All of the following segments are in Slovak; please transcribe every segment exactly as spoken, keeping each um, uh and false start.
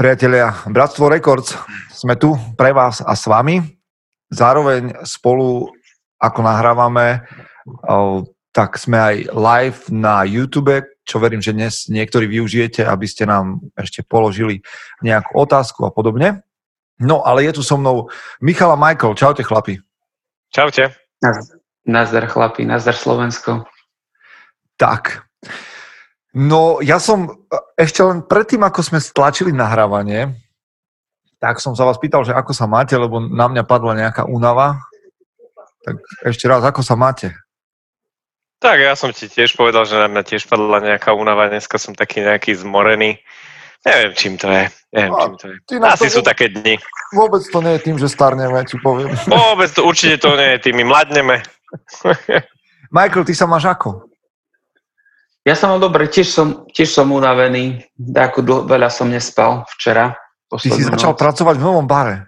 Priatelia, Bratstvo Records, sme tu pre vás a s vami. Zároveň spolu, ako nahrávame, tak sme aj live na YouTube, čo verím, že dnes niektorí využijete, aby ste nám ešte položili nejakú otázku a podobne. No, ale je tu so mnou Michal a Michael. Čaute, chlapi. Čaute. Nazdar, chlapi, nazdar Slovensko. Tak. No, ja som ešte len predtým, ako sme stlačili nahrávanie, tak som sa vás pýtal, že ako sa máte, lebo na mňa padla nejaká únava. Tak ešte raz, ako sa máte? Tak, ja som ti tiež povedal, že na mňa tiež padla nejaká únava. Dneska som taký nejaký zmorený. Neviem, čím to je. Neviem, čím to je. Asi to sú vôbec, také dni. Vôbec to nie je tým, že starneme, ti poviem. Vôbec to, určite to nie je tým, my mladneme. Michael, ty sa máš ako? Ja som mal dobre, tiež som, tiež som unavený. Ako dlho, veľa som nespal včera. Ty si začal noc. pracovať v novom bare.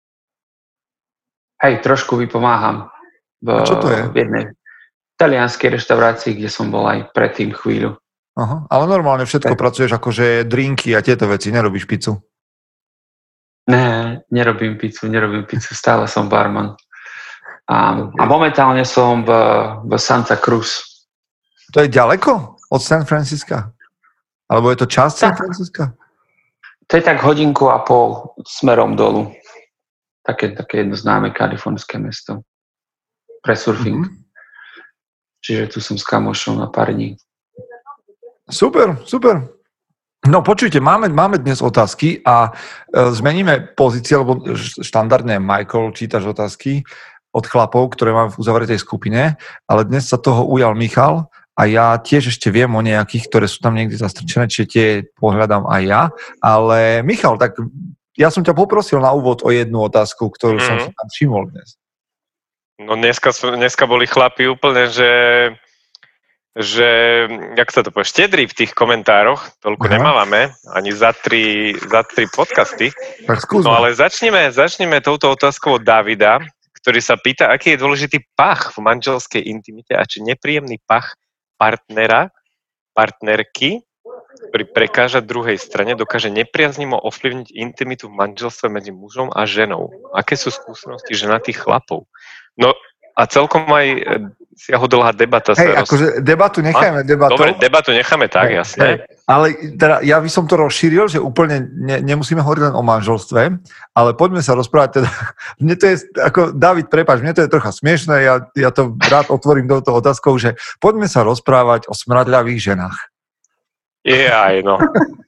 Hej, trošku vypomáham. V, A čo to je? V jednej talianskej reštaurácii, kde som bol aj predtým chvíľu. Aha, ale normálne všetko Hej. pracuješ akože drinky a tieto veci, nerobíš pizzu? Ne, nerobím pizzu, nerobím pizzu, stále som barman. A, a momentálne som v, v Santa Cruz. To je ďaleko od San Francisca? Alebo je to časť San Francisca? To je tak hodinku a pol smerom dolu. Také, také jedno známe kalifornské mesto. Pre surfing. Mm-hmm. Čiže tu som s kamošom na pár dní. Super, super. No počujte, máme, máme dnes otázky a e, zmeníme pozície, lebo štandardne Michael čítaš otázky od chlapov, ktoré mám v uzavretej skupine, ale dnes sa toho ujal Michal a ja tiež ešte viem o nejakých, ktoré sú tam niekde zastrčené, čiže tie pohľadám aj ja. Ale Michal, tak ja som ťa poprosil na úvod o jednu otázku, ktorú mm. som si tam všimol dnes. No dneska, dneska boli chlapi úplne, že že, jak sa to povie, štedrý v tých komentároch, toľko Aha. nemávame, ani za tri, za tri podcasty. Tak skúsme. No ale začneme, začneme touto otázkou od Davida, ktorý sa pýta, aký je dôležitý pach v manželskej intimite a či nepríjemný pach partnera, partnerky, ktorý prekáža druhej strane, dokáže nepriaznivo ovplyvniť intimitu v manželstve medzi mužom a ženou. Aké sú skúsenosti ženatých chlapov? No a celkom aj siahodlhá debata. Hej, sa akože roz... debatu nechajme debatou. Dobre, debatu necháme tak, hej, jasné. Hej. Ale teda ja by som to rozšíril, že úplne ne, nemusíme hovoriť len o manželstve, ale poďme sa rozprávať teda. Mne to je, ako David, prepáč, mne to je trocha smiešné, ja, ja to rád otvorím do toho otázkou, že poďme sa rozprávať o smradľavých ženách. Je aj, no.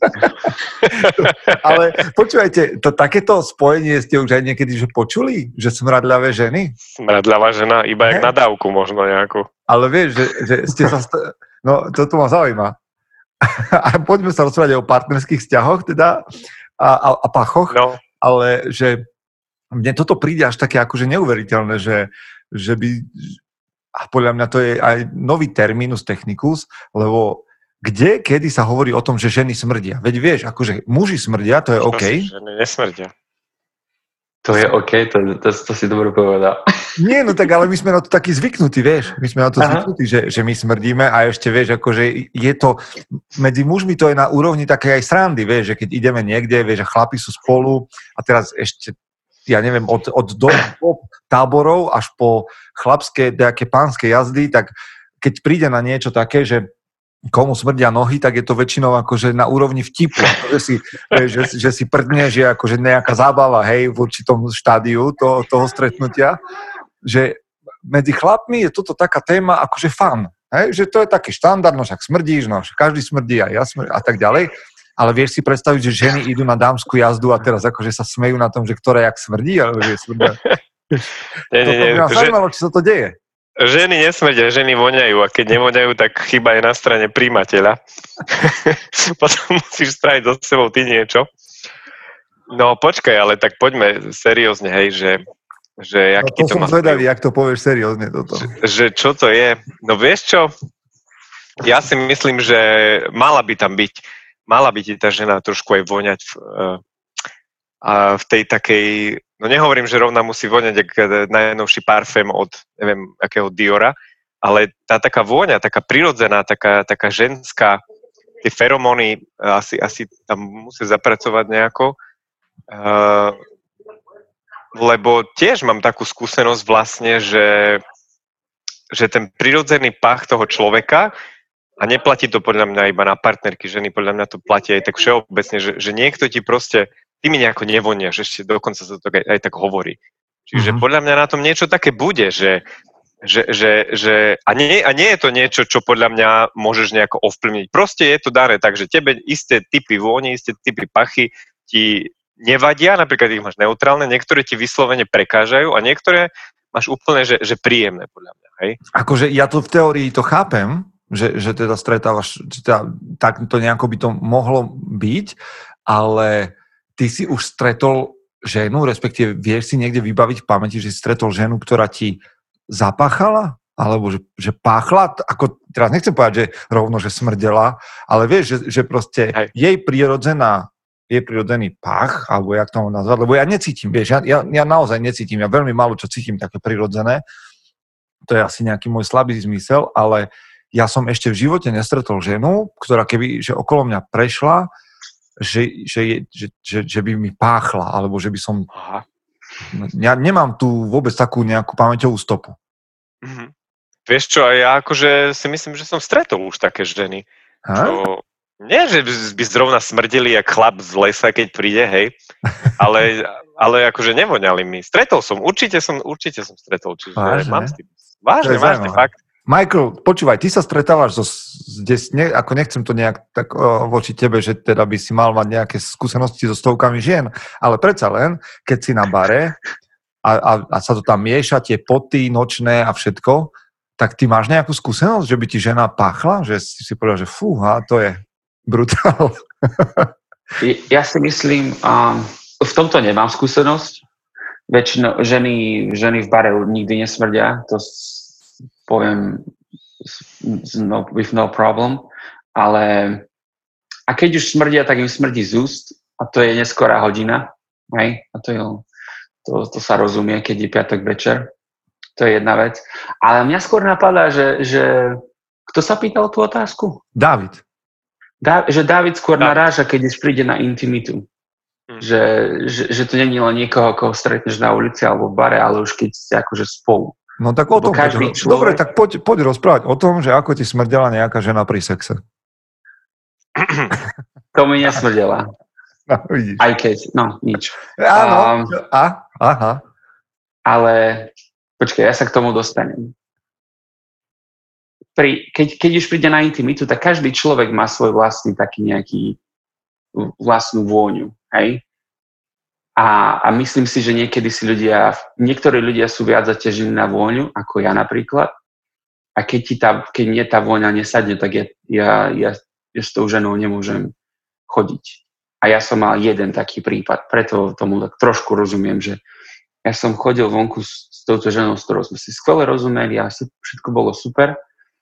Ale počúvajte, to, takéto spojenie ste už aj niekedy že počuli? Že smradľavé ženy? Smradľavá žena, iba jak na dávku možno nejakú. Ale vieš, že, že ste sa... St- no, toto ma zaujíma. A poďme sa rozprávať o partnerských vzťahoch teda a, a, a pachoch, no. Ale že mne toto príde až také akože neuveriteľné, že, že by... A podľa mňa to je aj nový terminus technicus, lebo kde, kedy sa hovorí o tom, že ženy smrdia? Veď vieš, akože muži smrdia, to je OK. Ženy nesmrdia. To je OK, to, to, to si dobre povedal. Nie, no tak ale my sme na to takí zvyknutí, vieš. My sme na to Aha. zvyknutí, že, že my smrdíme a ešte vieš, akože je to, medzi mužmi to je na úrovni také aj srandy, vieš, že keď ideme niekde, vieš, a chlapi sú spolu a teraz ešte, ja neviem, od, od do, do táborov až po chlapské, nejaké pánske jazdy, tak keď príde na niečo také, že komu smrdia nohy, tak je to väčšinou akože na úrovni vtipu. Že si, že, že si prdne, že akože nejaká zábava, hej, v určitom štádiu toho, toho stretnutia. Že medzi chlapmi je toto taká téma akože fun. Hej, že to je taký štandard, no však smrdíš, no však každý smrdí a ja smrdí a tak ďalej. Ale vieš si predstaviť, že ženy idú na dámsku jazdu a teraz akože sa smejú na tom, že ktoré jak smrdí, alebo že smrdia. Nie, nie, nie. To by ma zaujímalo, či sa to deje. Ženy nesmrdia, ženy voňajú a keď nevoňajú, tak chyba je na strane prijímateľa. Potom musíš spraviť so sebou ty niečo. No počkaj, ale tak poďme seriózne, hej, že... že jak no to som zvedavý, jak to povieš seriózne toto. Že, že čo to je? No vieš čo? Ja si myslím, že mala by tam byť, mala by ti tá žena trošku aj voňať v, a v tej takej... No nehovorím, že rovna musí voňať jak najnovší parfém od, neviem, akého Diora, ale tá taká vôňa, taká prirodzená, taká, taká ženská, tie feromóny asi, asi tam musia zapracovať nejako. Uh, lebo tiež mám takú skúsenosť vlastne, že, že ten prirodzený pach toho človeka, a neplatí to podľa mňa iba na partnerky ženy, podľa mňa to platí aj tak všeobecne, že, že niekto ti proste, ty mi nejako nevoniaš, ešte dokonca sa to aj, aj tak hovorí. Čiže mm-hmm. podľa mňa na tom niečo také bude, že, že, že, že a, nie, a nie je to niečo, čo podľa mňa môžeš nejako ovplyvniť. Proste je to dané tak, že tebe isté typy vône, isté typy pachy ti nevadia, napríklad ich máš neutrálne, niektoré ti vyslovene prekážajú a niektoré máš úplne, že, že príjemné podľa mňa. Hej? Akože ja to v teórii to chápem, že, že teda stretávaš, že teda, tak to nejako by to mohlo byť, ale ty si už stretol ženu, respektíve vieš si niekde vybaviť v pamäti, že si stretol ženu, ktorá ti zapáchala? Alebo že, že páchla? Ako, teraz nechcem povedať, že rovno, že smrdela, ale vieš, že, že proste Hej. jej prirodzená, jej prirodzený pach, alebo jak to mám nazvať, lebo ja necítim, vieš, ja, ja, ja naozaj necítim, ja veľmi málo čo cítim také prirodzené, to je asi nejaký môj slabý zmysel, ale ja som ešte v živote nestretol ženu, ktorá keby, že okolo mňa prešla, Že, že, že, že, že by mi páchla, alebo že by som... Aha. Ja nemám tu vôbec takú nejakú pamäťovú stopu. Mm-hmm. Vieš čo, ja akože si myslím, že som stretol už také ženy. Čo... Nie, že by zrovna smrdili jak chlap z lesa, keď príde, hej, ale, ale akože nevoňali mi. Stretol som, určite som, určite som stretol, čiže vážne? Mám s tým... Vážne, vážne, fakt. Michael, počúvaj, ty sa stretávaš so, des, ne, ako nechcem to nejak tak o, voči tebe, že teda by si mal mať nejaké skúsenosti so stovkami žien, ale predsa len, keď si na bare a, a, a sa to tam mieša, tie poty nočné a všetko, tak ty máš nejakú skúsenosť, že by ti žena páchla? Že si si povedal, že fúha, to je brutál. Ja si myslím, um, v tomto nemám skúsenosť. Väčšinou ženy, ženy v bare nikdy nesmrdia, to poviem no, with no problem, ale a keď už smrdia, tak im smrdí z úst a to je neskorá hodina, hej? A to, je, to, to sa rozumie, keď je piatok večer, to je jedna vec. Ale mňa skôr napadá, že, že kto sa pýtal tú otázku? Dávid. Dá, že Dávid skôr Dávid. naráža, keď už príde na intimitu. Hmm. Že, že, že to nie je len niekoho, koho stretneš na ulici alebo v bare, ale už keď ste akože spolu. No tak o tom, poď, človek... dobre, tak poď, poď rozprávať o tom, že ako ti smrdela nejaká žena pri sexe. To mi nesmrdela. No, vidíš. Aj keď, no, nič. Áno, um, a, aha. Ale, počkaj, ja sa k tomu dostanem. Pri, keď, keď už príde na intimitu, tak každý človek má svoj vlastný taký nejaký vlastnú vôňu, hej? A, a myslím si, že niekedy si ľudia, niektorí ľudia sú viac zaťažení na vôňu, ako ja napríklad. A keď, ti tá, keď mne tá vôňa nesadne, tak ja, ja, ja, ja s tou ženou nemôžem chodiť. A ja som mal jeden taký prípad, preto tomu tak trošku rozumiem, že ja som chodil vonku s, s touto ženou, s ktorou sme si skvele rozumeli a všetko bolo super.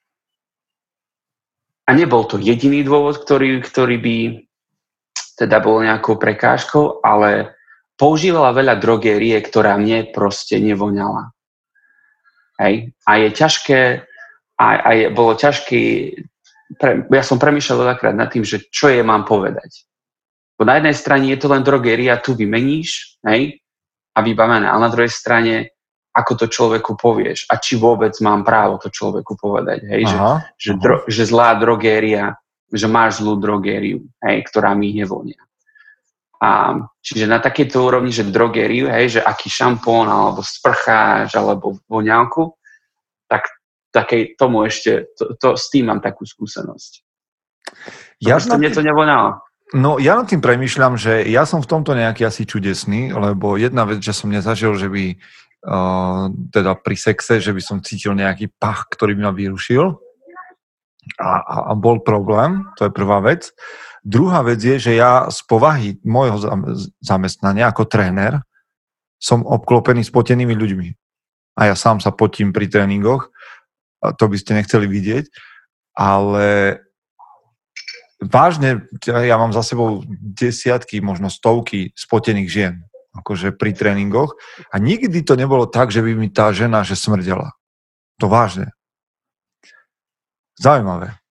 A nebol to jediný dôvod, ktorý, ktorý by teda bol nejakou prekážkou, ale používala veľa drogérie, ktorá mne proste nevoňala. Hej. A je ťažké, a, a je, bolo ťažké, pre, ja som premýšľal veľakrát nad tým, že čo je mám povedať. Bo na jednej strane je to len drogéria, tu vymeníš, hej, a vybavené, ale na druhej strane, ako to človeku povieš a či vôbec mám právo to človeku povedať, hej, aha, že, že, dro, že zlá drogéria, že máš zlú drogériu, hej, ktorá mi nevonia. A čiže na takejto úrovni, že drogériu, hej, že aký šampón, alebo sprcháč, alebo voňavku, tak takej tomu ešte, to, to, s tým mám takú skúsenosť. Ja to mne to nevoňalo. No ja nad tým premýšľam, že ja som v tomto nejaký asi čudesný, lebo jedna vec, že som nezažil, že by uh, teda pri sexe, že by som cítil nejaký pach, ktorý by ma vyrušil a, a, a bol problém, to je prvá vec. Druhá vec je, že ja z povahy môjho zamestnania ako tréner som obklopený spotenými ľuďmi. A ja sám sa potím pri tréningoch, to by ste nechceli vidieť, ale vážne, ja mám za sebou desiatky, možno stovky spotených žien, akože pri tréningoch a nikdy to nebolo tak, že by mi tá žena že smrdela. To vážne. Zaujímavé.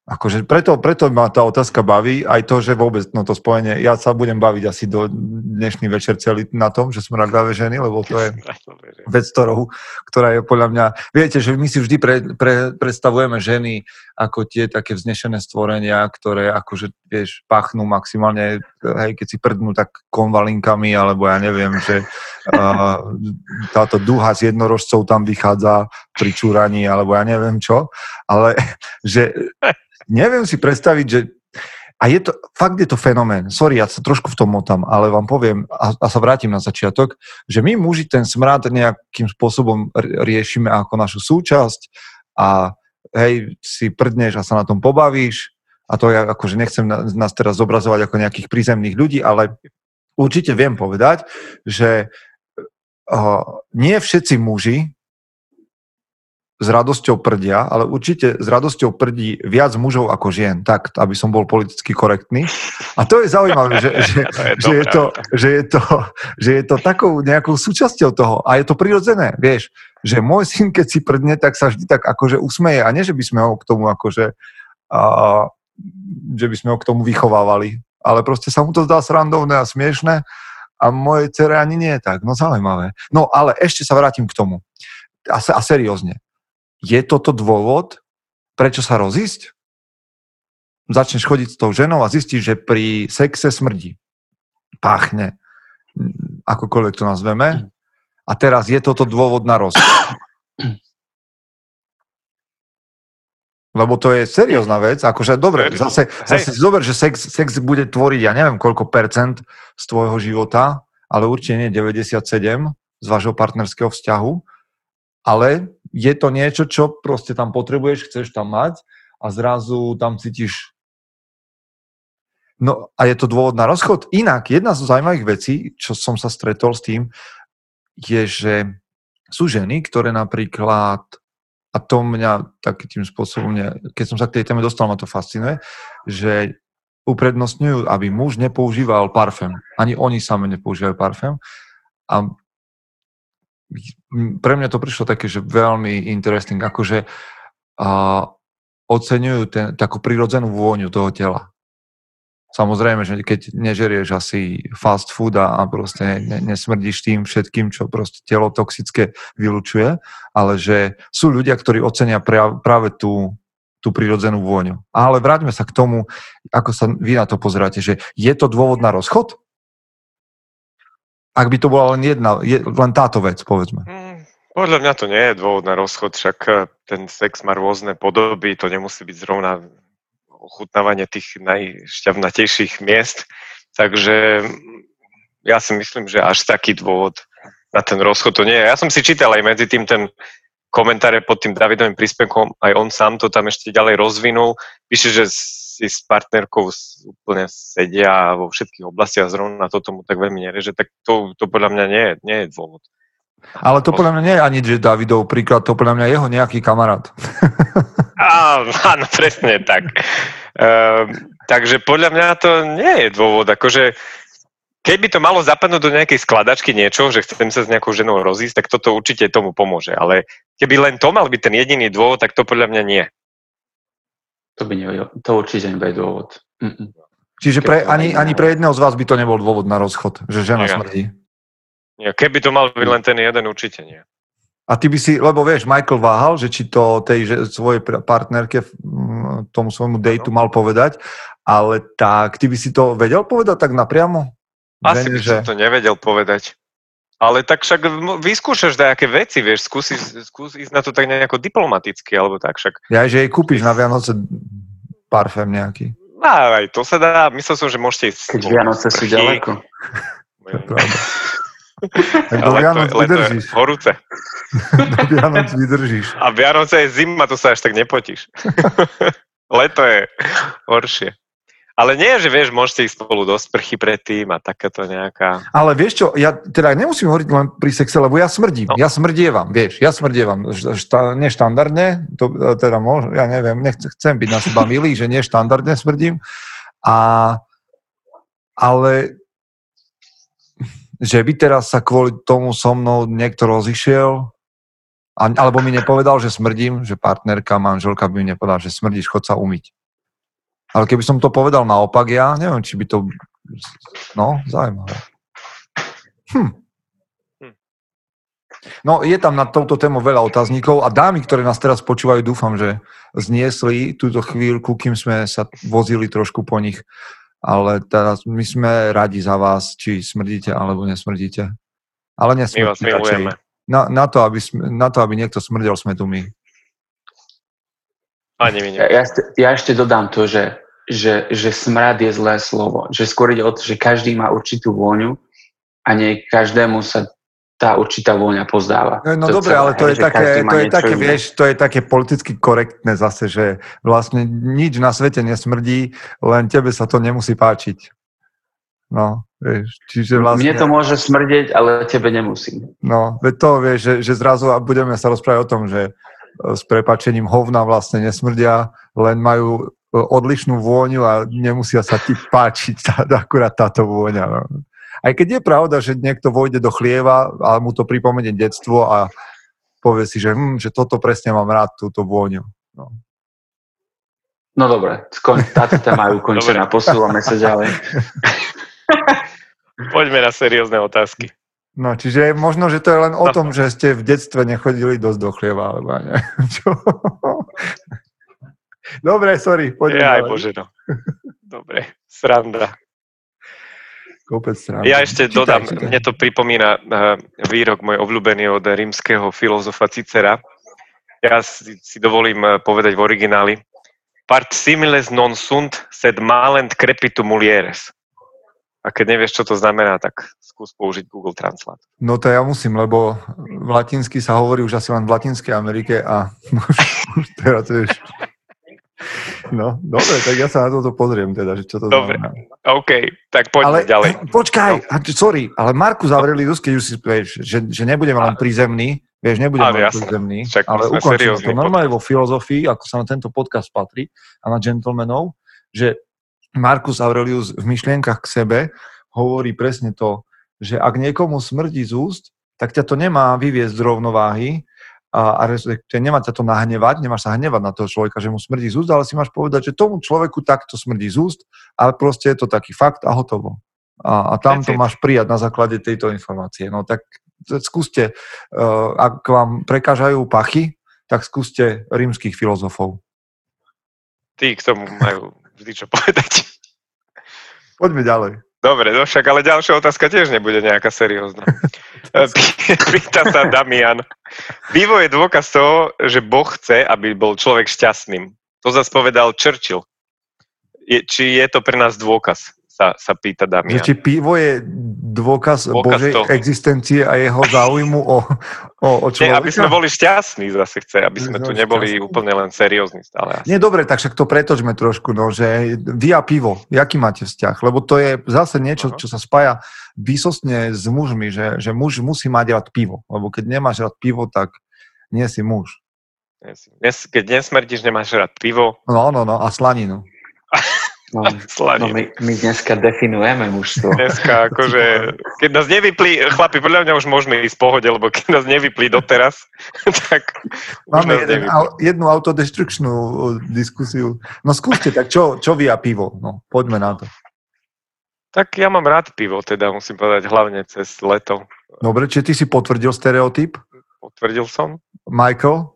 Akože preto, preto ma tá otázka baví, aj to, že vôbec no to spojenie, ja sa budem baviť asi do dnešný večer celý na tom, že smradlavé ženy, lebo to je vec, ktorou, ktorá je podľa mňa, viete, že my si vždy pre, pre, predstavujeme ženy ako tie také vznešené stvorenia, ktoré akože, vieš, pachnú maximálne, hej, keď si prdnú tak konvalinkami, alebo ja neviem, že uh, táto duha z jednorožcov tam vychádza pri čúraní, alebo ja neviem čo, ale že neviem si predstaviť, že a je to, fakt je to fenomén, sorry, ja sa trošku v tom motám, ale vám poviem a, a sa vrátim na začiatok, že my muži ten smrad nejakým spôsobom riešime ako našu súčasť a hej, si prdneš a sa na tom pobavíš a to ja akože nechcem nás teraz zobrazovať ako nejakých prízemných ľudí, ale určite viem povedať, že uh, nie všetci muži s radosťou prdia, ale určite s radosťou prdí viac mužov ako žien, tak, aby som bol politicky korektný. A to je zaujímavé, že, že, to je, že, je, to, že, je, to, že je to takou nejakou súčasťou toho. A je to prirodzené, vieš, že môj syn, keď si prdne, tak sa vždy tak akože usmeje. A nie, že by sme ho k tomu akože, a, že by sme ho k tomu vychovávali. Ale proste sa mu to zdá srandovné a smiešné a moje dcere ani nie je tak. No zaujímavé. No ale ešte sa vrátim k tomu. A, a seriózne. Je toto dôvod, prečo sa rozísť? Začneš chodiť s tou ženou a zistíš, že pri sexe smrdí. Páchne. Akokoľvek to nazveme. A teraz je toto dôvod na rozchod. Lebo to je seriózna vec. Akože dobre, zase, zase si zober, že sex, sex bude tvoriť, ja neviem koľko percent z tvojho života, ale určite nie deväťdesiatsedem z vášho partnerského vzťahu. Ale je to niečo, čo proste tam potrebuješ, chceš tam mať a zrazu tam cítiš. No a je to dôvod na rozchod? Inak, jedna z zaujímavých vecí, čo som sa stretol s tým, je, že sú ženy, ktoré napríklad, a to mňa takým spôsobom, keď som sa k tej téme dostal, ma to fascinuje, že uprednostňujú, aby muž nepoužíval parfém. Ani oni sami nepoužívajú parfém. A pre mňa to prišlo také, že veľmi interesting, akože uh, oceňujú ten, takú prirodzenú vôňu toho tela. Samozrejme, že keď nežerieš asi fast food a, a proste ne, nesmrdíš tým všetkým, čo proste telo toxické vylučuje, ale že sú ľudia, ktorí ocenia pra, práve tú, tú prirodzenú vôňu. Ale vráťme sa k tomu, ako sa vy na to pozeráte, že je to dôvod na rozchod? Ak by to bola len jedna, len táto vec, povedzme. Mm, podľa mňa to nie je dôvod na rozchod, však ten sex má rôzne podoby, to nemusí byť zrovna ochutnávanie tých najšťavnatejších miest, takže ja si myslím, že až taký dôvod na ten rozchod to nie je. Ja som si čítal aj medzi tým ten komentáre pod tým Davidovým príspevkom, aj on sám to tam ešte ďalej rozvinul, píše, že si s partnerkou úplne sedia vo všetkých oblastiach, zrovna to tomu tak veľmi nereže, tak to, to podľa mňa nie je, nie je dôvod. Ale to podľa mňa nie je ani, že Davidov príklad, to podľa mňa jeho nejaký kamarát. Áno, áno, presne tak. Ehm, takže podľa mňa to nie je dôvod, akože keby to malo zapadnúť do nejakej skladačky niečo, že chcem sa s nejakou ženou rozísť, tak toto určite tomu pomôže, ale keby len to mal byť ten jediný dôvod, tak to podľa mňa nie. To by nevedel, to určite nebude dôvod. Mm-mm. Čiže pre, ani, ani pre jedného z vás by to nebol dôvod na rozchod, že žena nie. smrdí. Nie, keby to mal byť len ten jeden, určite nie. A ty by si, lebo vieš, Michael váhal, že či to tej že, svojej partnerke, tomu svojmu dejtu mal povedať, ale tak, ty by si to vedel povedať tak napriamo? Asi Žene, by že... som to nevedel povedať. Ale tak však vyskúšaš nejaké veci, vieš, skúsi, skúsi ísť na to tak nejako diplomaticky, alebo tak však. Ja, že jej kúpiš na Vianoce parfém nejaký. No, aj to sa dá. Myslel som, že môžete ísť. Keď Vianoce sú ďaleko. To je pravda. Tak do Vianoc vydržíš. Horúce. Do Vianoc vydržíš. A Vianoce je zima, to sa až tak nepotíš. Leto je horšie. Ale nie, že vieš, môžete ísť spolu do sprchy predtým a takáto nejaká... Ale vieš čo, ja teda nemusím hovoriť len pri sexe, lebo ja smrdím. No. Ja smrdievam, vieš, ja smrdievam. Šta, neštandardne, to teda môžem, ja neviem, nechcem chcem byť na seba milý, že neštandardne smrdím. A, ale že by teraz sa kvôli tomu so mnou niekto rozišiel, alebo mi nepovedal, že smrdím, že partnerka, manželka by mi nepovedala, že smrdíš, chod sa umyť. Ale keby som to povedal naopak, ja neviem, či by to... No, zaujímavé. Hm. No, je tam na touto tému veľa otáznikov a dámy, ktoré nás teraz počúvajú, dúfam, že zniesli túto chvíľku, kým sme sa vozili trošku po nich. Ale teraz my sme radi za vás, či smrdíte, alebo nesmrdíte. Ale nesmrdíte. My vás milujeme. Na, na, to, aby, na to, aby niekto smrdel, sme tu my. Ani my nie. Ja, ja ešte dodám to, že, že, že smrad je zlé slovo. Že skôr ide o to, že každý má určitú vôňu a nie každému sa tá určitá vôňa pozdáva. No, no dobre, ale to je také, to je také, vieš, to je také politicky korektné zase, že vlastne nič na svete nesmrdí, len tebe sa to nemusí páčiť. No, vieš, čiže vlastne... Mne to môže smrdeť, ale tebe nemusí. No, veď to, vieš, že, že zrazu budeme sa rozprávať o tom, že s prepáčením hovna vlastne nesmrdia, len majú odlišnú vôňu a nemusia sa ti páčiť tá, akurát táto vôňa. No. Aj keď je pravda, že niekto vojde do chlieva a mu to pripomenie detstvo a povie si, že, hm, že toto presne mám rád, túto vôňu. No, no dobre, skon, táto téma je ukončená, posúvame sa ďalej. Poďme na seriózne otázky. No, čiže možno, že to je len o tom, že ste v detstve nechodili dosť do chlieva, alebo ne? Čo? Dobre, sorry, poďme. Aj bože, no. Dobre, sranda. Kopec sranda. Ja ešte čítaj, dodám, čítaj. mne to pripomína uh, výrok môj obľúbený od rímskeho filozofa Cicera. Ja si, si dovolím uh, povedať v origináli. Part similes non sunt, sed malent crepitum mulieres. A keď nevieš, čo to znamená, tak skús použiť Google Translate. No to ja musím, lebo v latinsky sa hovorí už asi len v Latinskej Amerike a už teraz vieš. No, dobre, tak ja sa na toto pozriem teda, že čo to dobre. znamená. OK, tak poďme ale, ďalej. Počkaj, no. sorry, ale Marcus Aurelius, keď už si vieš, že, že nebudeme len prízemní, vieš, nebudeme len jasne. prízemní, Však ale ukončíme to normálne vo filozofii, ako sa na tento podcast patrí a na gentlemanov, že Marcus Aurelius v myšlienkach k sebe hovorí presne to, že ak niekomu smrdí z úst, tak ťa to nemá vyviesť z rovnováhy a, a nemá ťa to nahnevať, nemáš sa hnevať na toho človeka, že mu smrdí z úst, ale si máš povedať, že tomu človeku takto smrdí z úst, ale proste je to taký fakt a hotovo. A, a tam to máš prijať na základe tejto informácie. No tak skúste, uh, ak vám prekážajú pachy, tak skúste rímskych filozofov. Tí k tomu majú vždy čo povedať. Poďme ďalej. Dobre, no však, ale ďalšia otázka tiež nebude nejaká seriózna. Pýta sa Damian. Pivo je dôkaz toho, že Boh chce, aby bol človek šťastným. To zase povedal Churchill. Je, či je to pre nás dôkaz, sa, sa pýta Damian. Či pivo je dôkaz, dôkaz Božej toho. Existencie a jeho záujmu o, o, o človeka? Nie, aby sme boli šťastní zase chce, aby sme tu neboli šťastný. Úplne len seriózni stále. Nie, dobre, tak však to pretočme trošku, no, že vy a pivo, jaký máte vzťah? Lebo to je zase niečo, čo sa spája výsostne s mužmi, že, že muž musí mať rád pivo, lebo keď nemáš rád pivo, tak nie si muž. Dnes, keď nesmrdíš, nemáš rád pivo. No, no, no, a slaninu. No, no my, my dneska definujeme mužstvo. Dneska akože, keď nás nevyplí, chlapi, podľa mňa už môžeme ísť v pohode, lebo keď nás nevyplí doteraz, tak máme jeden, jednu autodestrukčnú diskusiu. No skúste, tak čo, čo vy a pivo? No, poďme na to. Tak ja mám rád pivo, teda musím povedať, hlavne cez leto. Dobre, či ty si potvrdil stereotyp? Potvrdil som. Michael?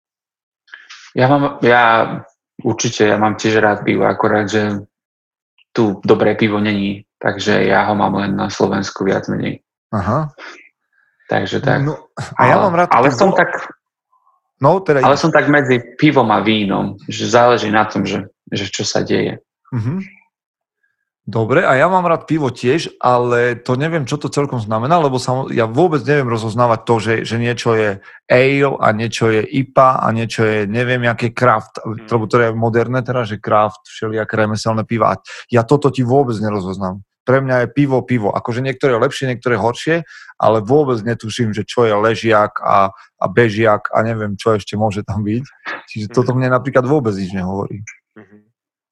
Ja mám, ja... Určite, ja mám tiež rád pivo, akorát, že tu dobré pivo není, takže ja ho mám len na Slovensku viac menej. Aha. Takže tak. No, a ja mám rád ale pivo. som tak, no, teda ale som tak medzi pivom a vínom, že záleží na tom, že, že čo sa deje. Mhm. Dobre, a ja mám rád pivo tiež, ale to neviem, čo to celkom znamená, lebo sam, ja vôbec neviem rozoznávať to, že, že niečo je ale a niečo je í pé á a niečo je neviem, aké craft, mm. lebo to je moderné teraz, že craft, všelijaké remeselné piva. Ja toto ti vôbec nerozoznám. Pre mňa je pivo, pivo. Akože niektoré je lepšie, niektoré horšie, ale vôbec netuším, že čo je ležiak a, a bežiak a neviem, čo ešte môže tam byť. Čiže toto mne napríklad vôbec nič nehovorí. Mm-hmm.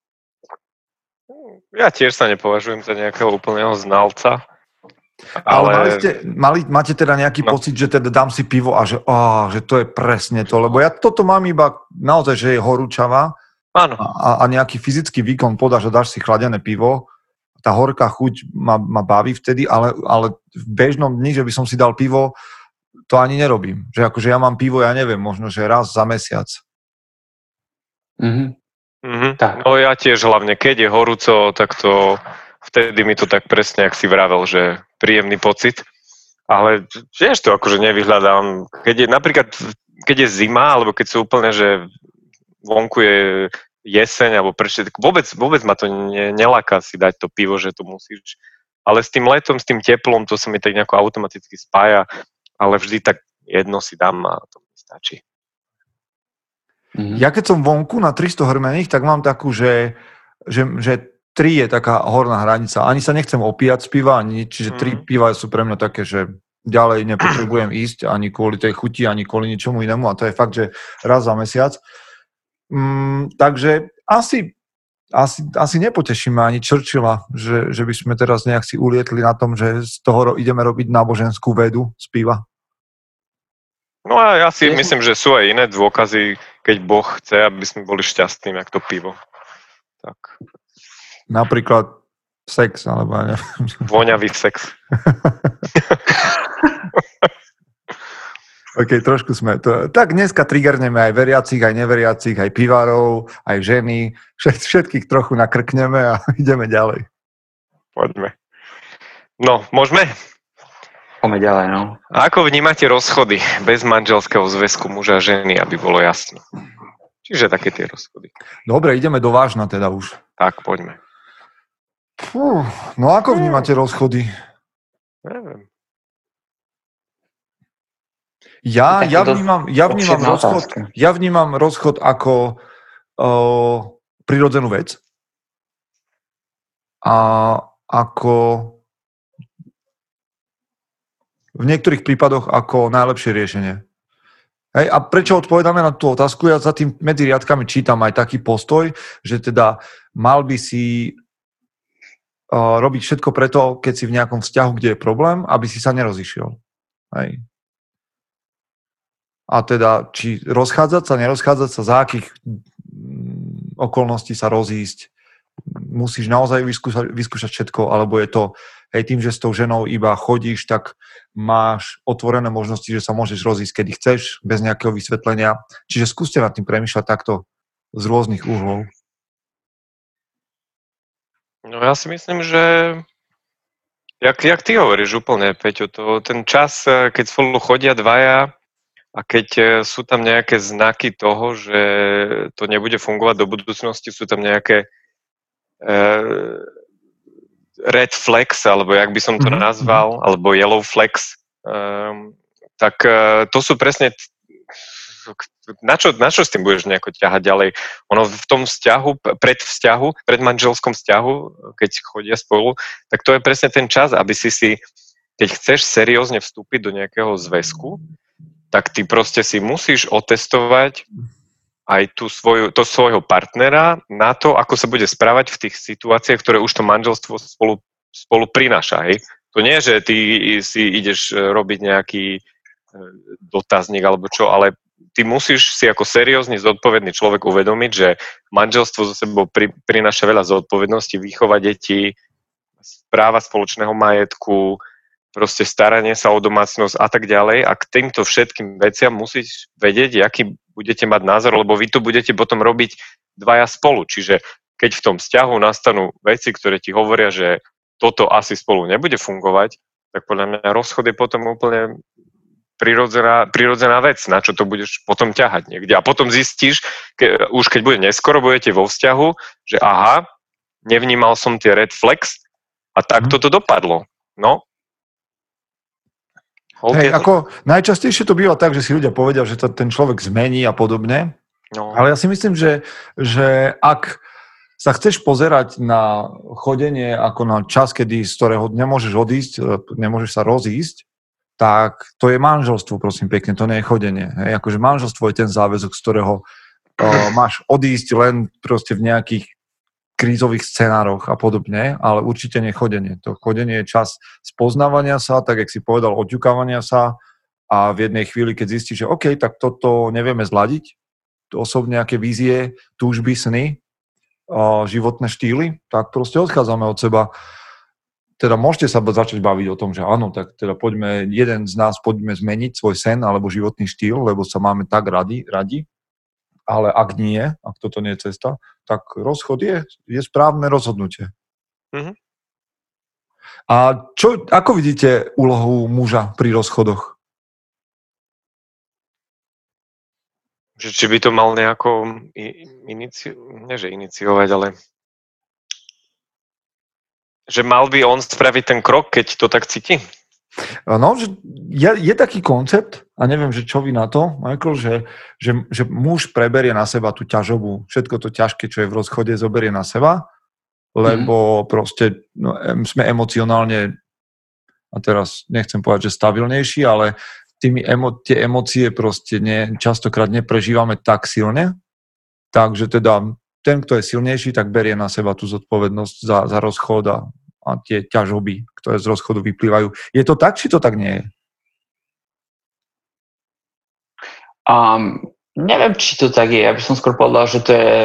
Ja tiež sa nepovažujem za nejakého úplného znalca. Ale, ale mali ste, mali, máte teda nejaký no. pocit, že teda dám si pivo a že, ó, že to je presne to, lebo ja toto mám iba naozaj, že je horúčava Áno. A, a nejaký fyzický výkon podáš a dáš si chladené pivo, tá horká chuť ma, ma baví vtedy, ale, ale v bežnom dni, že by som si dal pivo, to ani nerobím. Že akože ja mám pivo, ja neviem, možno, že raz za mesiac. Mhm. Mm-hmm. Tak. No ja tiež hlavne, keď je horúco, tak to vtedy mi to tak presne, jak si vravel, že príjemný pocit. Ale tiež to akože nevyhľadám. Keď je napríklad, keď je zima, alebo keď sú úplne, že vonku je jeseň, alebo prečo, tak vôbec, vôbec ma to ne, neláka si dať to pivo, že to musíš. Ale s tým letom, s tým teplom, to sa mi tak nejako automaticky spája, ale vždy tak jedno si dám a to mi stačí. Mhm. Ja keď som vonku na tristo hrmených, tak mám takú, že, že, že tri je taká horná hranica. Ani sa nechcem opíjať z piva, ani nič, čiže tri Mhm. piva sú pre mňa také, že ďalej nepotrebujem ísť ani kvôli tej chuti, ani kvôli ničomu inému a to je fakt, že raz za mesiac. Mm, takže asi, asi, asi nepotešíme ani Churchilla, že, že by sme teraz nejak si ulietli na tom, že z toho ro- ideme robiť náboženskú vedu z piva. No a ja si Je- myslím, že sú aj iné dôkazy, keď Boh chce, aby sme boli šťastní, jak to pivo. Tak, Napríklad sex, alebo ja neviem. voňavý sex. OK, trošku sme to... Tak dneska triggerneme aj veriacich, aj neveriacich, aj pivárov, aj ženy. Všet, všetkých trochu nakrkneme a ideme ďalej. Poďme. No, môžeme? Poďme ďalej, no. A ako vnímate rozchody bez manželského zväzku muža a ženy, aby bolo jasno? Čiže také tie rozchody. Dobre, ideme do vážna teda už. Tak, poďme. Fú, no ako vnímate rozchody? Neviem. Ja, Tak ja to vnímam, ja vnímam obširná rozchod, otázka. ja vnímam rozchod ako o, prirodzenú vec a ako v niektorých prípadoch ako najlepšie riešenie. Hej, a prečo odpovedáme na tú otázku? Ja za tým medzi riadkami čítam aj taký postoj, že teda mal by si uh, robiť všetko preto, keď si v nejakom vzťahu, kde je problém, aby si sa nerozišiel. Hej. A teda, či rozchádzať sa, nerozchádzať sa, za akých mm, okolností sa rozísť, musíš naozaj vyskúšať, vyskúšať všetko, alebo je to, hej, tým, že s tou ženou iba chodíš, tak máš otvorené možnosti, že sa môžeš rozísť, kedy chceš, bez nejakého vysvetlenia. Čiže skúste nad tým premýšľať takto z rôznych uhlov. No ja si myslím, že jak, jak ty hovoríš úplne, Peťo, to, ten čas, keď spolu chodia dvaja a keď sú tam nejaké znaky toho, že to nebude fungovať do budúcnosti, sú tam nejaké uh, red flags, alebo jak by som to Mm-hmm. nazval, alebo yellow flags, um, tak uh, to sú presne t- na čo, na čo s tým budeš nejako ťahať ďalej? Ono v tom vzťahu, pred vzťahu, pred manželskom vzťahu, keď chodia spolu, tak to je presne ten čas, aby si si, keď chceš seriózne vstúpiť do nejakého zväzku, tak ty proste si musíš otestovať aj tú svoju, to svojho partnera na to, ako sa bude správať v tých situáciách, ktoré už to manželstvo spolu, spolu prináša. Hej? To nie je, že ty si ideš robiť nejaký dotazník alebo čo, ale ty musíš si ako seriózny, zodpovedný človek uvedomiť, že manželstvo zo sebou pri, prináša veľa zodpovedností, výchova detí, správa spoločného majetku, proste staranie sa o domácnosť a tak ďalej. A k týmto všetkým veciam musíš vedieť, aký budete mať názor, lebo vy to budete potom robiť dvaja spolu. Čiže keď v tom vzťahu nastanú veci, ktoré ti hovoria, že toto asi spolu nebude fungovať, tak podľa mňa rozchod je potom úplne prirodzená, prirodzená vec, na čo to budeš potom ťahať niekde. A potom zistíš, ke, už keď bude neskoro, budete vo vzťahu, že aha, nevnímal som tie red flags a tak toto dopadlo. No. Hej, ako najčastejšie to býva tak, že si ľudia povedia, že to ten človek zmení a podobne. No. Ale ja si myslím, že, že ak sa chceš pozerať na chodenie ako na čas, kedy z ktorého nemôžeš odísť, nemôžeš sa rozísť, tak to je manželstvo, prosím pekne, to nie je chodenie. Hej, akože manželstvo je ten záväzok, z ktorého uh, máš odísť len proste v nejakých krízových scenároch a podobne, ale určite nie chodenie. To chodenie je čas spoznávania sa, tak jak si povedal, odťukávania sa a v jednej chvíli, keď zistíš, že OK, tak toto nevieme zladiť, osobne nejaké vízie, túžby, sny, uh, životné štýly, tak proste odchádzame od seba. Teda môžete sa začať baviť o tom, že áno, tak teda poďme, jeden z nás poďme zmeniť svoj sen alebo životný štýl, lebo sa máme tak radi, radi. Ale ak nie, ak toto nie je cesta, tak rozchod je, je správne rozhodnutie. Mm-hmm. A čo, ako vidíte úlohu muža pri rozchodoch? Že či by to mal nejako inici... nie že iniciovať, ale že mal by on spraviť ten krok, keď to tak cíti? No, že je, je taký koncept, a neviem, že čo vy na to, Michael, že, že, že muž preberie na seba tú ťažobu, všetko to ťažké, čo je v rozchode, zoberie na seba, lebo mm. proste no, sme emocionálne, a teraz nechcem povedať, že stabilnejší, ale tými emo, tie emócie proste ne, častokrát neprežívame tak silne, takže teda ten, kto je silnejší, tak berie na seba tú zodpovednosť za, za rozchod a, a tie ťažoby, ktoré z rozchodu vyplývajú. Je to tak, či to tak nie je? Um, neviem, či to tak je. Ja by som skôr povedal, že to je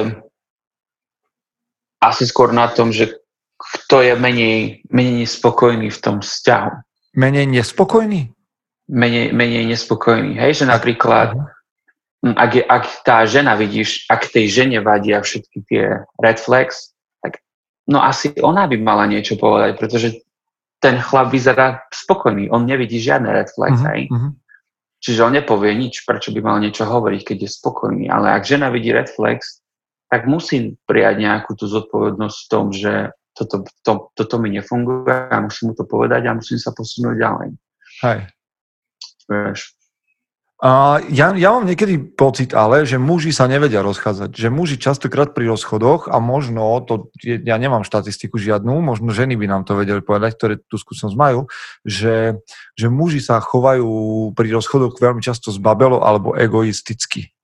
asi skôr na tom, že kto je menej, menej nespokojný v tom vzťahu. Menej nespokojný? Menej, menej nespokojný. Hej, že napríklad, uh-huh. ak, je, ak tá žena, vidíš, ak tej žene vadia všetky tie red flags, tak no asi ona by mala niečo povedať, pretože ten chlap vyzerá spokojný. On nevidí žiadne red flags, uh-huh. hej. Uh-huh. Čiže on nepovie nič, prečo by mal niečo hovoriť, keď je spokojný. Ale ak žena vidí red flags, tak musí prijať nejakú tú zodpovednosť v tom, že toto, to, toto mi nefunguje a musím mu to povedať a musím sa posunúť ďalej. Hej. Vieš. Uh, ja, ja mám niekedy pocit ale, že muži sa nevedia rozchádzať. Že muži častokrát pri rozchodoch a možno, to, ja nemám štatistiku žiadnu, možno ženy by nám to vedeli povedať, ktoré tú skúsenosť majú, že, že muži sa chovajú pri rozchodoch veľmi často zbabelo alebo egoisticky.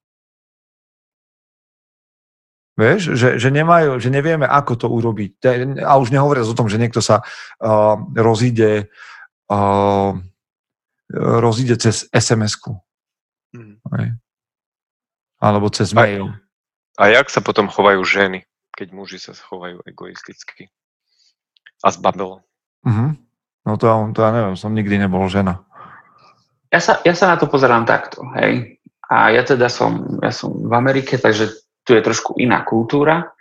Vieš, že, že nemajú, že nevieme, ako to urobiť. A už nehovoriac o tom, že niekto sa uh, rozíde uh, rozíde cez es em esku. Hmm. Alebo cez mail. A, a jak sa potom chovajú ženy, keď muži sa chovajú egoisticky? A zbabelo. Uh-huh. No to, to ja neviem, som nikdy nebol žena. Ja sa, ja sa na to pozerám takto, hej. A ja teda som, ja som v Amerike, takže tu je trošku iná kultúra.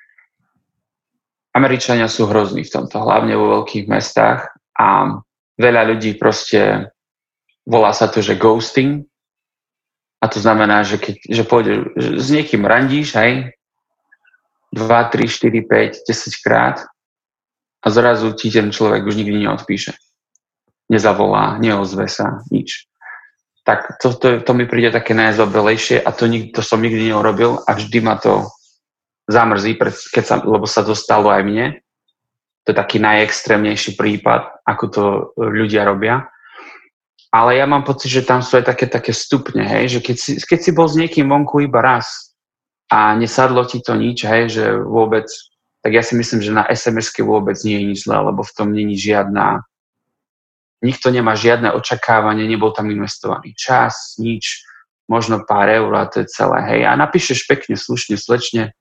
Američania sú hrozní v tomto, hlavne vo veľkých mestách a veľa ľudí proste volá sa to, že ghosting a to znamená, že keď že pôjde, že s niekým randíš, hej, dva, tri, štyri, päť, desať krát a zrazu ti ten človek už nikdy neodpíše. Nezavolá, neozve sa, nič. Tak to, to, to mi príde také najzobelejšie a to, to som nikdy neurobil a vždy ma to zamrzí, keď sa, lebo sa to stalo aj mne. To je taký najextrémnejší prípad, ako to ľudia robia. Ale ja mám pocit, že tam sú aj také, také stupne, hej, že keď si, keď si bol s niekým vonku iba raz a nesadlo ti to nič, hej, že vôbec, tak ja si myslím, že na es em esky vôbec nie je nič zlé, lebo v tom nie je žiadna, nikto nemá žiadne očakávanie, nebol tam investovaný čas, nič, možno pár eur a to je celé, hej. A napíšeš pekne, slušne, slečne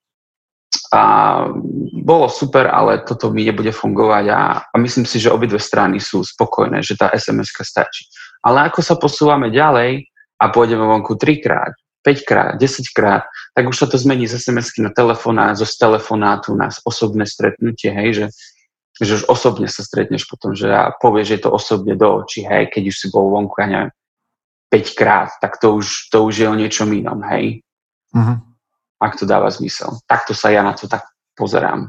a bolo super, ale toto mi nebude fungovať a, a myslím si, že obidve strany sú spokojné, že tá es em eska stačí. Ale ako sa posúvame ďalej a pôjdeme vonku trikrát, päťkrát, desaťkrát, tak už sa to zmení z es em esky na telefonát, zo z telefonátu na osobné stretnutie, hej, že, že už osobne sa stretneš potom, že a povieš, že je to osobne do očí, hej, keď už si bol vonku, ja neviem, päťkrát, tak to už, to už je o niečom inom, hej. Mhm. Ak to dáva zmysel. Takto sa ja na to tak pozerám.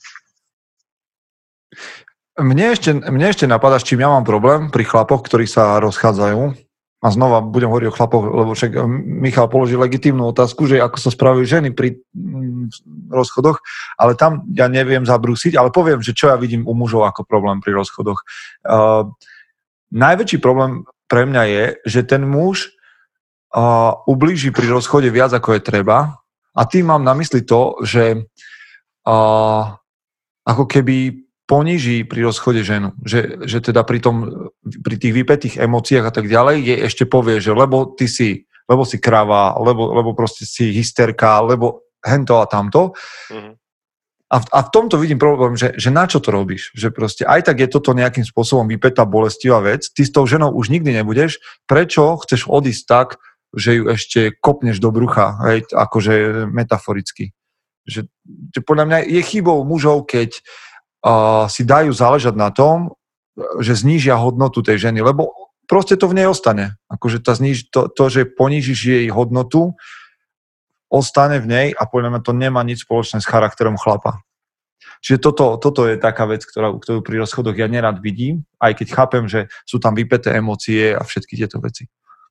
Mne ešte, mne ešte napadá, s čím ja mám problém pri chlapoch, ktorí sa rozchádzajú. A znova budem hovoriť o chlapoch, lebo však Michal položil legitímnu otázku, že ako sa spravujú ženy pri rozchodoch, ale tam ja neviem zabrúsiť, ale poviem, že čo ja vidím u mužov ako problém pri rozchodoch. Uh, najväčší problém pre mňa je, že ten muž uh, ublíži pri rozchode viac, ako je treba. A tým mám na mysli to, že uh, ako keby poníži pri rozchode ženu. Že, že teda pri, tom, pri tých vypätých emóciách a tak ďalej jej ešte povie, že lebo ty si, lebo si krava, lebo, lebo proste si hysterka, lebo hento a tamto. Mm-hmm. A, v, a v tomto vidím problém, že, že na čo to robíš? Že proste aj tak je toto nejakým spôsobom vypätá bolestivá vec, ty s tou ženou už nikdy nebudeš, prečo chceš odísť tak, že ju ešte kopneš do brucha, hej, akože metaforicky. Že, že podľa mňa je chybou mužov, keď uh, si dajú záležať na tom, že znížia hodnotu tej ženy, lebo proste to v nej ostane. Akože tá zníž, to, to, že ponížiš jej hodnotu, ostane v nej a podľa mňa to nemá nič spoločné s charakterom chlapa. Čiže toto, toto je taká vec, ktorá, ktorú pri rozchodoch ja nerad vidím, aj keď chápem, že sú tam vypäté emócie a všetky tieto veci.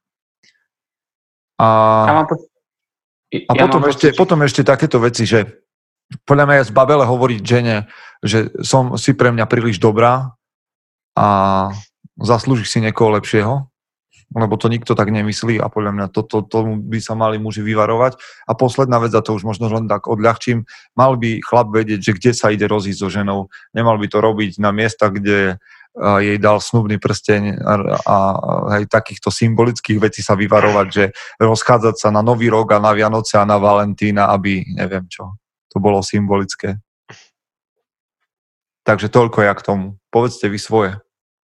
A, ja mám po... ja a potom, mám ešte, pocit, potom ešte takéto veci, že podľa mňa je zbabele hovoriť žene, že som si pre mňa príliš dobrá a zaslúžiš si niekoho lepšieho, lebo to nikto tak nemyslí a podľa mňa to, to, tomu by sa mali muži vyvarovať. A posledná vec, a to už možno len tak odľahčím, mal by chlap vedieť, že kde sa ide rozísť so ženou. Nemal by to robiť na miestach, kde jej dal snubný prsteň a, a aj takýchto symbolických vecí sa vyvarovať, že rozchádzať sa na Nový rok a na Vianoce a na Valentína, aby neviem čo, to bolo symbolické. Takže toľko ja k tomu. Povedzte vy svoje.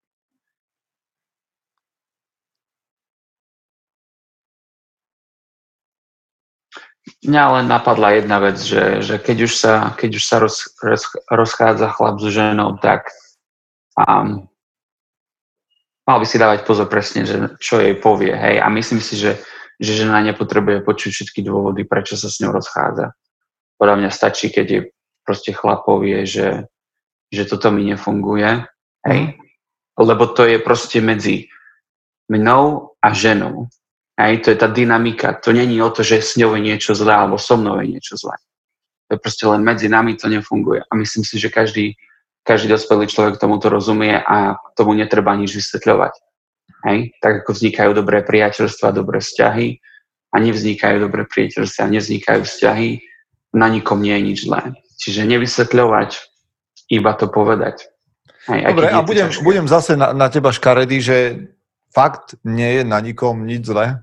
Mňa len napadla jedna vec, že, že keď už sa, keď už sa roz, roz, rozchádza chlap so ženou, tak um, mal by si dávať pozor presne, že čo jej povie. Hej? A myslím si, že, že žena nepotrebuje počuť všetky dôvody, prečo sa s ňou rozchádza. Podľa mňa stačí, keď jej proste chlap povie, že, že toto mi nefunguje. Hej? Lebo to je proste medzi mnou a ženou. Hej, to je tá dynamika. To není o to, že s ňou je niečo zlé, alebo so mnou je niečo zlé. To je proste len medzi nami, to nefunguje. A myslím si, že každý, každý dospelý človek tomuto rozumie a tomu netreba nič vysvetľovať. Hej? Tak ako vznikajú dobré priateľstva, dobré vzťahy a nevznikajú dobré priateľstva, nevznikajú vzťahy, na nikom nie je nič zlé. Čiže nevysvetľovať, iba to povedať. Hej, dobre, a budem, budem zase na, na teba škaredý, že fakt nie je na nikom nič zlé?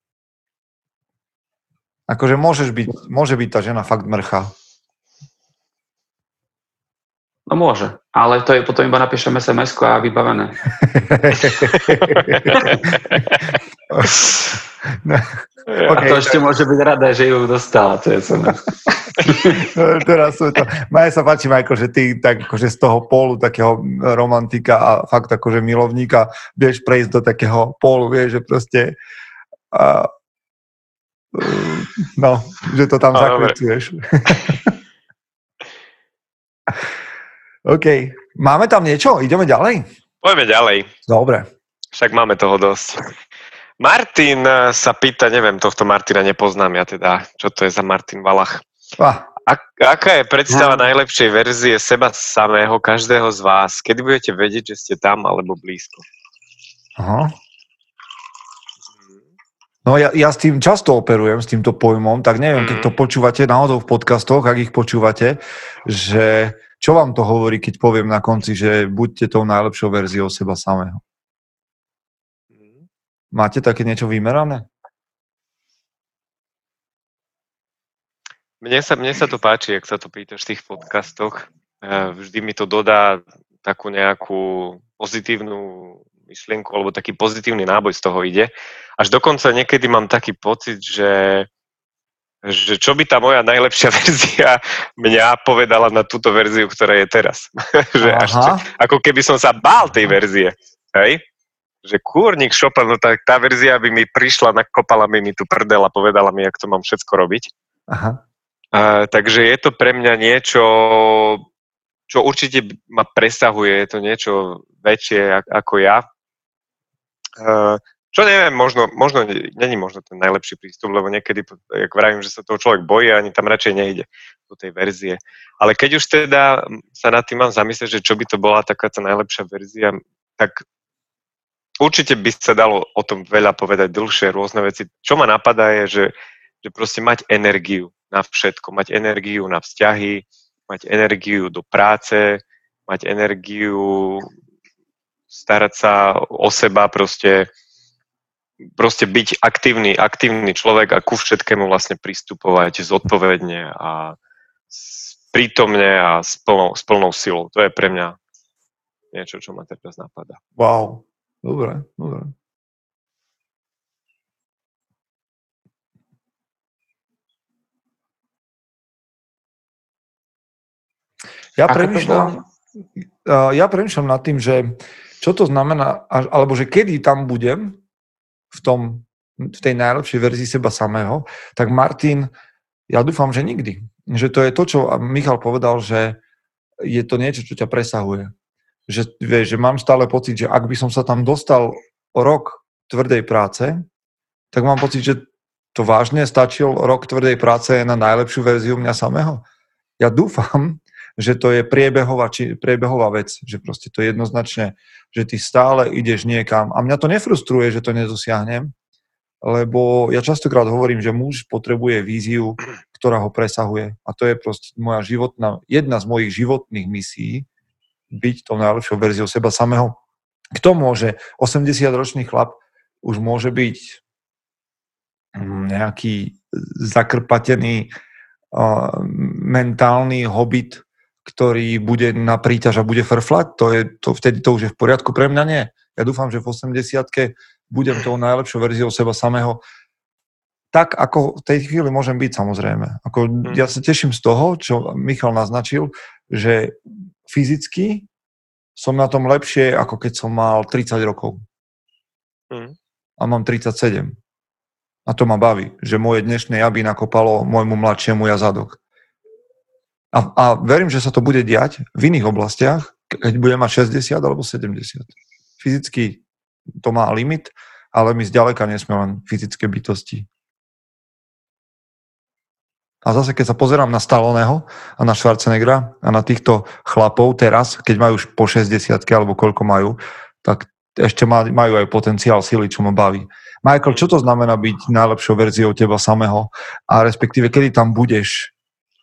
Akože môžeš byť, môže byť tá žena fakt mrcha. No môže, ale to je potom iba napíšem es em esku a vybavené. No, okay. A to ešte môže byť rada, že ju dostala, to es em es. No, teraz sú to... Maje sa páči, Majko, že ty tak akože z toho pólu takého romantika a fakt akože milovníka vieš prejsť do takého pólu, vieš, že proste a, no, že to tam zakvecuješ. OK. Máme tam niečo? Ideme ďalej? Poďme ďalej. Dobre. Však máme toho dosť. Martin sa pýta, neviem, tohto Martina nepoznám ja teda, čo to je za Martin Valach. Ah. Ak, aká je predstava ja. najlepšej verzie seba samého, každého z vás? Kedy budete vedieť, že ste tam alebo blízko? Aha. No ja, ja s tým často operujem, s týmto pojmom, tak neviem, mm. keď to počúvate náhodou v podcastoch, ak ich počúvate, že čo vám to hovorí, keď poviem na konci, že buďte tou najlepšou verziou seba samého? Mm. Máte také niečo vymerané? Mne sa, mne sa to páči, ak sa to pýtaš v tých podcastoch. Vždy mi to dodá takú nejakú pozitívnu myšlienku, alebo taký pozitívny náboj z toho ide. Až dokonca niekedy mám taký pocit, že, že čo by tá moja najlepšia verzia mňa povedala na túto verziu, ktorá je teraz. Že až, ako keby som sa bál tej verzie. Hej? Že kúrnik šopa, no tak tá verzia by mi prišla, nakopala by mi tu prdel a povedala mi, jak to mám všetko robiť. Aha. Uh, takže je to pre mňa niečo, čo určite ma presahuje, je to niečo väčšie ako ja. Uh, čo neviem, možno, možno není možno ten najlepší prístup, lebo niekedy, jak vravím, že sa toho človek bojí a ani tam radšej nejde do tej verzie. Ale keď už teda sa nad tým mám zamyslieť, že čo by to bola taká tá najlepšia verzia, tak určite by sa dalo o tom veľa povedať dlhšie, rôzne veci. Čo ma napadá je, že, že proste mať energiu na všetko, mať energiu na vzťahy, mať energiu do práce, mať energiu starať sa o seba, proste proste byť aktívny, aktívny človek a ku všetkému vlastne pristupovať zodpovedne a prítomne a s plnou, s plnou silou. To je pre mňa niečo, čo ma teraz napadá. Wow, dobre, dobre. Ja premýšľam, ja premýšľam nad tým, že čo to znamená, alebo že kedy tam budem v, tom, v tej najlepšej verzii seba samého, tak Martin, ja dúfam, že nikdy. Že to je to, čo Michal povedal, že je to niečo, čo ťa presahuje. Že, vieš, že mám stále pocit, že ak by som sa tam dostal o rok tvrdej práce, tak mám pocit, že to vážne stačil rok tvrdej práce na najlepšiu verziu mňa samého. Ja dúfam, že to je priebehová, či, priebehová vec, že proste to je jednoznačne, že ty stále ideš niekam. A mňa to nefrustruje, že to nedosiahnem, lebo ja častokrát hovorím, že muž potrebuje víziu, ktorá ho presahuje. A to je proste moja životná, jedna z mojich životných misií, byť tou najlepšou verziou seba samého. Kto môže? osemdesiatročný chlap už môže byť nejaký zakrpatený uh, mentálny hobit, ktorý bude na príťaž a bude frflať, to je, to, vtedy to už je v poriadku, pre mňa nie. Ja dúfam, že v osemdesiatke budem tou najlepšou verziou seba samého. Tak, ako v tej chvíli môžem byť, samozrejme. Ako, mm. Ja sa teším z toho, čo Michal naznačil, že fyzicky som na tom lepšie, ako keď som mal tridsať rokov. Mm. A mám tridsaťsedem. A to ma baví, že moje dnešné ja by nakopalo môjmu mladšiemu ja zadok. A, a verím, že sa to bude diať v iných oblastiach, keď budem mať šesťdesiat alebo sedemdesiat. Fyzicky to má limit, ale my zďaleka nie sme len fyzické bytosti. A zase, keď sa pozerám na Stalloneho a na Schwarzeneggera a na týchto chlapov teraz, keď majú už po šesťdesiatke alebo koľko majú, tak ešte majú aj potenciál sily, čo ma baví. Michael, čo to znamená byť najlepšou verziou teba samého a respektíve, kedy tam budeš?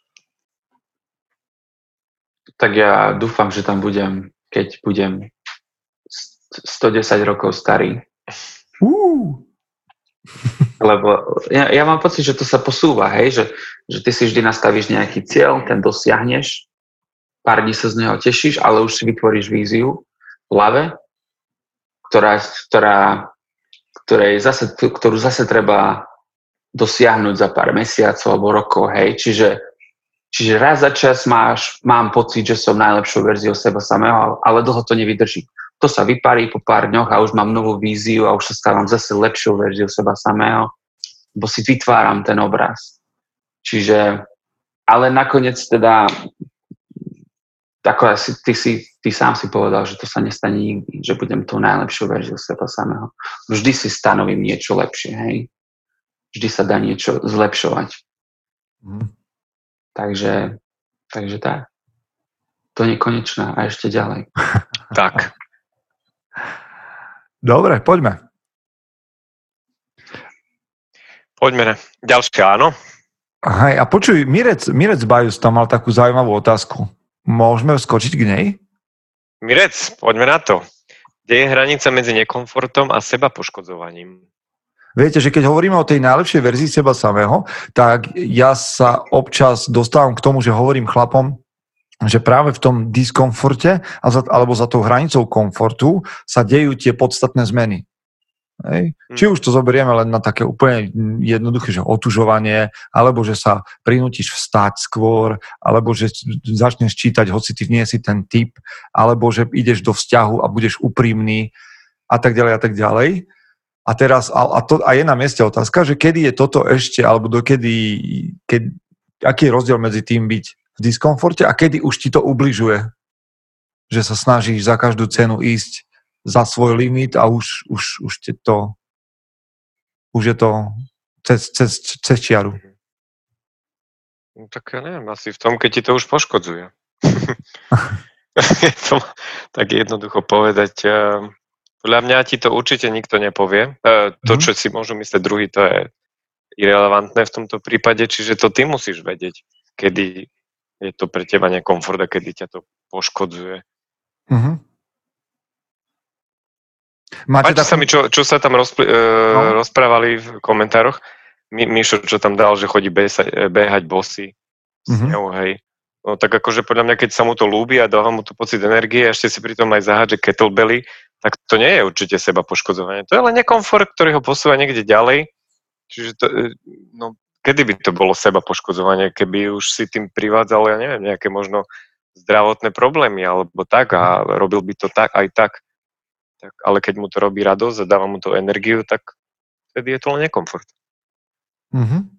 Tak ja dúfam, že tam budem, keď budem stodesať rokov starý. Uh. Lebo ja, ja mám pocit, že to sa posúva, hej, že, že ty si vždy nastavíš nejaký cieľ, ten dosiahneš, pár dní sa z neho tešíš, ale už si vytvoríš víziu v hlave, ktorá, ktorá, ktorej zase, ktorú zase treba dosiahnuť za pár mesiacov alebo rokov, hej, čiže Čiže raz za čas máš, mám pocit, že som najlepšou verziou seba samého, ale dlho to nevydrží. To sa vyparí po pár dňoch a už mám novú víziu a už sa stávam zase lepšou verziou seba samého, bo si vytváram ten obraz. Čiže, ale nakoniec teda, ako asi ty, si, ty sám si povedal, že to sa nestane nikdy, že budem tou najlepšou verziou seba samého. Vždy si stanovím niečo lepšie, hej. Vždy sa dá niečo zlepšovať. Mm. Takže, takže tak. To je nekonečná a ešte ďalej. Tak. Dobre, poďme. Poďme na ďalšie, áno. Hej, a počuj, Mirec, Mirec Bajus tam mal takú zaujímavú otázku. Môžeme skočiť k nej? Mirec, poďme na to. Kde je hranica medzi nekomfortom a seba poškodzovaním? Viete, že keď hovoríme o tej najlepšej verzii seba samého, tak ja sa občas dostávam k tomu, že hovorím chlapom, že práve v tom diskomforte alebo za tou hranicou komfortu sa dejú tie podstatné zmeny. Hej. Hmm. Či už to zoberieme len na také úplne jednoduché, že otužovanie, alebo že sa prinútiš vstať skôr, alebo že začneš čítať, hoci ty nie si ten typ, alebo že ideš do vzťahu a budeš úprimný a tak ďalej a tak ďalej. A teraz, a, to, a je na mieste otázka, že kedy je toto ešte, alebo dokedy, keď, aký je rozdiel medzi tým byť v diskomforte a kedy už ti to ubližuje, že sa snažíš za každú cenu ísť za svoj limit a už, už, už je to už je to cez, cez, cez čiaru. No, tak ja neviem, asi v tom, keď ti to už poškodzuje. Je to tak jednoducho povedať. Podľa mňa ti to určite nikto nepovie. To, čo si môžu myslieť druhý, to je irelevantné v tomto prípade, čiže to ty musíš vedieť, kedy je to pre teba nekomfort a kedy ťa to poškodzuje. Uh-huh. Máte Páči takú... sa mi, čo, čo sa tam rozpl- no. rozprávali v komentároch. Mi, Mišo, čo tam dal, že chodí behať, behať bosy. Mm-hmm. Hej. No tak akože podľa mňa, keď sa mu to ľúbi a dáva mu to pocit energie a ešte si pritom aj zahádže kettlebelly, tak to nie je určite seba poškodzovanie. To je len nekomfort, ktorý ho posúva niekde ďalej. Čiže to, no, kedy by to bolo seba poškodzovanie, keby už si tým privádzal, ja neviem, nejaké možno zdravotné problémy alebo tak a robil by to tak aj tak. tak. Ale keď mu to robí radosť a dáva mu to energiu, tak vtedy je to len nekomfort. Mhm.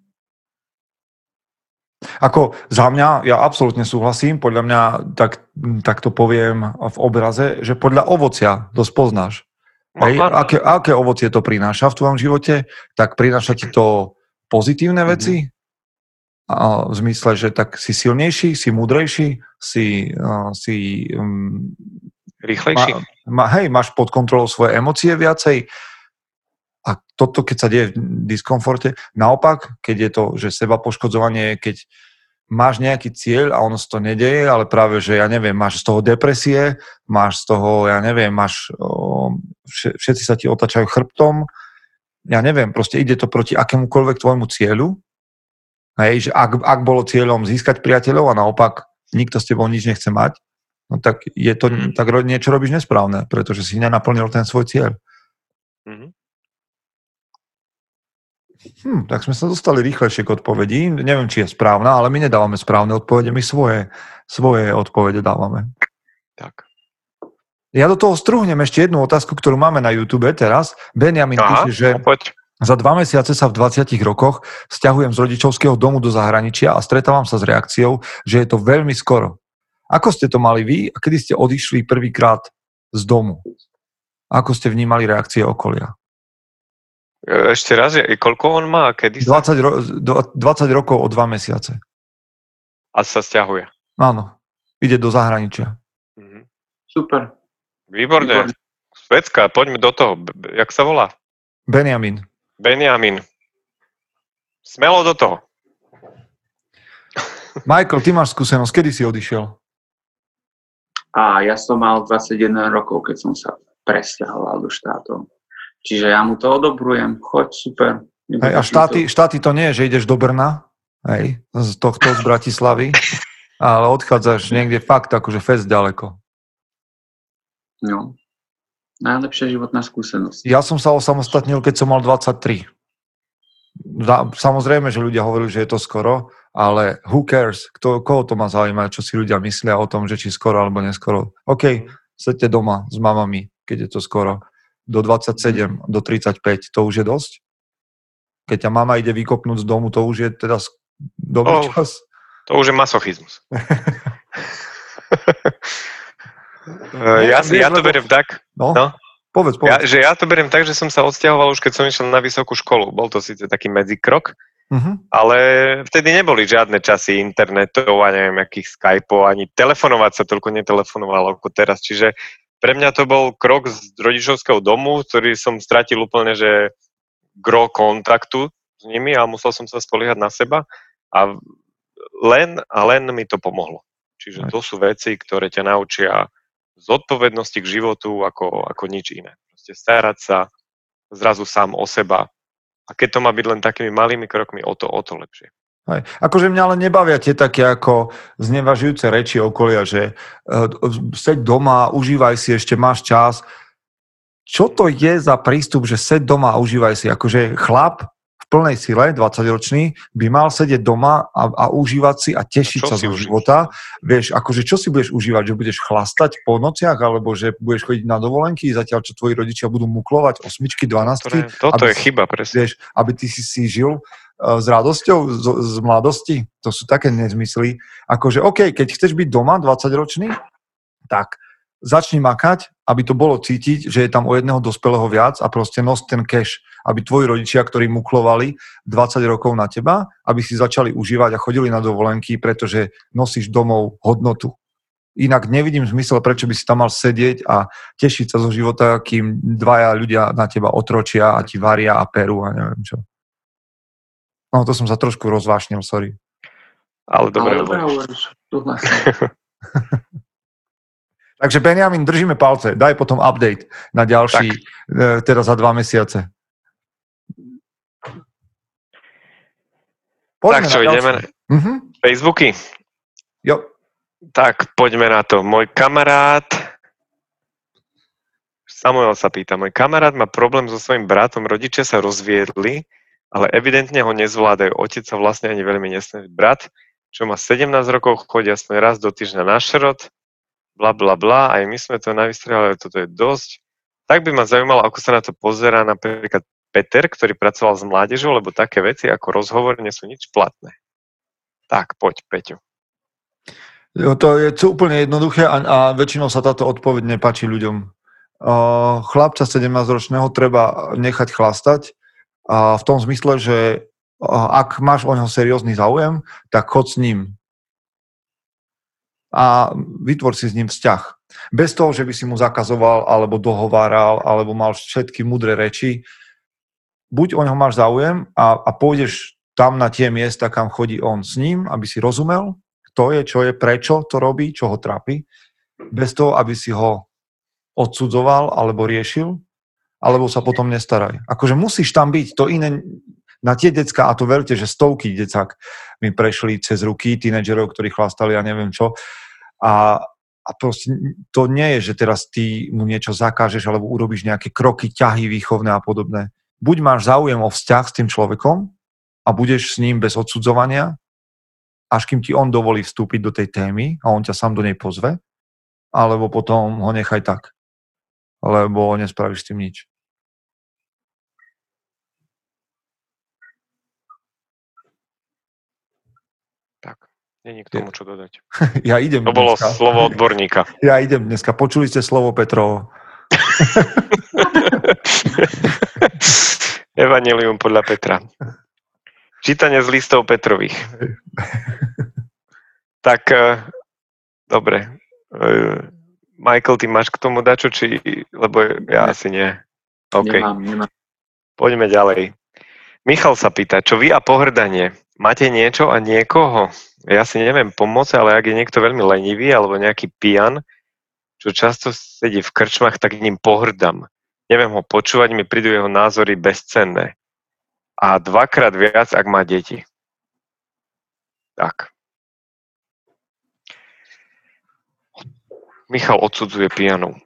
Ako za mňa, ja absolútne súhlasím, podľa mňa, tak, tak to poviem v obraze, že podľa ovocia to spoznáš. Hej, aké, aké ovocie to prináša v tvojom živote, tak prináša ti to pozitívne veci, mm-hmm. a v zmysle, že tak si silnejší, si múdrejší, si, uh, si um, rýchlejší. Ma, ma, hej, máš pod kontrolou svoje emócie viacej. A toto, keď sa deje v diskomforte, naopak, keď je to, že seba poškodzovanie, keď máš nejaký cieľ a ono sa to nedeje, ale práve, že ja neviem, máš z toho depresie, máš z toho, ja neviem, máš, o, všetci sa ti otačajú chrbtom, ja neviem, proste ide to proti akémukoľvek tvojmu cieľu, hej, že ak, ak bolo cieľom získať priateľov a naopak nikto s tebou nič nechce mať, no tak je to, mm. tak niečo robíš nesprávne, pretože si nenaplnil ten svoj cieľ. Mm. Hm, tak sme sa dostali rýchlejšie k odpovedí. Neviem, či je správna, ale my nedávame správne odpovede, my svoje, svoje odpovede dávame. Tak. Ja do toho strúhnem ešte jednu otázku, ktorú máme na YouTube teraz. Benjamin píše, že poď. Za dva mesiace sa v dvadsiatich rokoch sťahujem z rodičovského domu do zahraničia a stretávam sa s reakciou, že je to veľmi skoro. Ako ste to mali vy a kedy ste odišli prvýkrát z domu? Ako ste vnímali reakcie okolia? Ešte raz, koľko on má? Kedy sa... dvadsať, ro- dvadsať rokov o dva mesiace. A sa sťahuje. Áno, ide do zahraničia. Mhm. Super. Výborne. Švédska, poďme do toho. Jak sa volá? Benjamin. Benjamin. Smelo do toho. Michael, ty máš skúsenosť. Kedy si odišiel? A ja som mal dvadsaťjeden rokov, keď som sa presťahoval do štátov. Čiže ja mu to odobrujem. Choď, super. Hej, a štáty, štáty to nie je, že ideš do Brna, hej, z tohto, z Bratislavy, ale odchádzaš niekde fakt akože fest ďaleko. No. Najlepšia životná skúsenosť. Ja som sa osamostatnil, keď som mal dvadsaťtri. Samozrejme, že ľudia hovorili, že je to skoro, ale who cares? Kto, koho to má zaujímať, čo si ľudia myslia o tom, že či skoro alebo neskoro. OK, sedte doma s mamami, keď je to skoro. Do dvadsaťsedem, do tridsaťpäť, to už je dosť? Keď ťa mama ide vykopnúť z domu, to už je teda dobrý oh, čas? To už je masochizmus. ja, si, ja to beriem tak. No, no? Povedz, povedz. Ja, že ja to beriem tak, že som sa odsťahoval už keď som išiel na vysokú školu. Bol to síce taký medzikrok, uh-huh. ale vtedy neboli žiadne časy internetov a neviem, akých Skypeov, ani telefonovať sa toľko netelefonovalo ako teraz. Čiže pre mňa to bol krok z rodičovského domu, ktorý som stratil úplne, že gro kontaktu s nimi a musel som sa spoliehať na seba a len a len mi to pomohlo. Čiže to sú veci, ktoré ťa naučia zodpovednosti k životu ako, ako nič iné. Proste starať sa zrazu sám o seba. A keď to má byť len takými malými krokmi, o to, o to lepšie. Hej. Akože mňa ale nebavia tie také ako znevažujúce reči okolia, že uh, seď doma, užívaj si, ešte máš čas. Čo to je za prístup, že seď doma a užívaj si? Akože chlap v plnej sile, dvadsaťročný, by mal sedieť doma a, a užívať si a tešiť sa zo života. Vieš, akože čo si budeš užívať? Že budeš chlastať po nociach, alebo že budeš chodiť na dovolenky, zatiaľ čo tvoji rodičia budú muklovať osmičky, dvanástky? Toto aby, je chyba, presne. Vieš, aby ty si si žil s radosťou z, z mladosti. To sú také nezmysly. Akože OK, keď chceš byť doma dvadsaťročný, tak začni makať, aby to bolo cítiť, že je tam o jedného dospelého viac a proste nos ten cash, aby tvoji rodičia, ktorí muklovali dvadsať rokov na teba, aby si začali užívať a chodili na dovolenky, pretože nosíš domov hodnotu. Inak nevidím zmysel, prečo by si tam mal sedieť a tešiť sa zo života, kým dvaja ľudia na teba otročia a ti varia a perú a neviem čo. No, to som sa trošku rozvášnil, sorry. Ale dobre hovoríš. Takže Benjamin, držíme palce. Daj potom update na ďalší, tak. teda za dva mesiace. Poďme tak čo, ideme na uh-huh. Facebooky? Jo. Tak, poďme na to. Môj kamarát Samuel sa pýta, môj kamarát má problém so svojím bratom, rodičia sa rozviedli, ale evidentne ho nezvládajú. Otec sa vlastne ani veľmi nesnaží. Brat, čo má sedemnásť rokov, chodí aspoň raz do týždňa na šrot, bla bla bla, aj my sme to navystrihali, ale toto je dosť. Tak by ma zaujímalo, ako sa na to pozerá napríklad Peter, ktorý pracoval s mládežou, lebo také veci ako rozhovor nie sú nič platné. Tak, poď, Peťo. Jo, to je úplne jednoduché a, a väčšinou sa táto odpoveď nepáči ľuďom. Uh, chlapca sedemnásťročného treba nechať chlastať a v tom zmysle, že uh, ak máš o neho seriózny záujem, tak chod s ním. A vytvor si s ním vzťah. Bez toho, že by si mu zakazoval, alebo dohováral, alebo mal všetky múdre reči. Buď o neho máš záujem a, a pôjdeš tam na tie miesta, kam chodí on s ním, aby si rozumel, kto je, čo je, prečo to robí, čo ho trápi. Bez toho, aby si ho odsudzoval, alebo riešil, alebo sa potom nestaraj. Akože musíš tam byť, to iné... Na tie decka, a to verte, že stovky decák mi prešli cez ruky, tínedžerov, ktorí chlastali a neviem čo. A, a proste to nie je, že teraz ty mu niečo zakážeš alebo urobíš nejaké kroky, ťahy výchovné a podobné. Buď máš záujem o vzťah s tým človekom a budeš s ním bez odsudzovania, až kým ti on dovolí vstúpiť do tej témy a on ťa sám do nej pozve, alebo potom ho nechaj tak, lebo nespravíš s tým nič. Tak, nie je k tomu čo dodať. Ja idem to bolo dneska. Slovo odborníka. Ja idem dneska. Počuli ste slovo Petrovo. Evanjelium podľa Petra. Čítanie z listov Petrových. Tak, dobre. Michael, ty máš k tomu dačo, či... Lebo ja asi nie. OK. Nemám, nemám. Poďme ďalej. Michal sa pýta, čo vy a pohrdanie? Máte niečo a niekoho? Ja si neviem pomôcť, ale ak je niekto veľmi lenivý alebo nejaký pijan, čo často sedí v krčmách, tak ním pohrdam. Neviem ho počúvať, mi prídu jeho názory bezcenné. A dvakrát viac, ak má deti. Tak. Michal odsudzuje pijanov.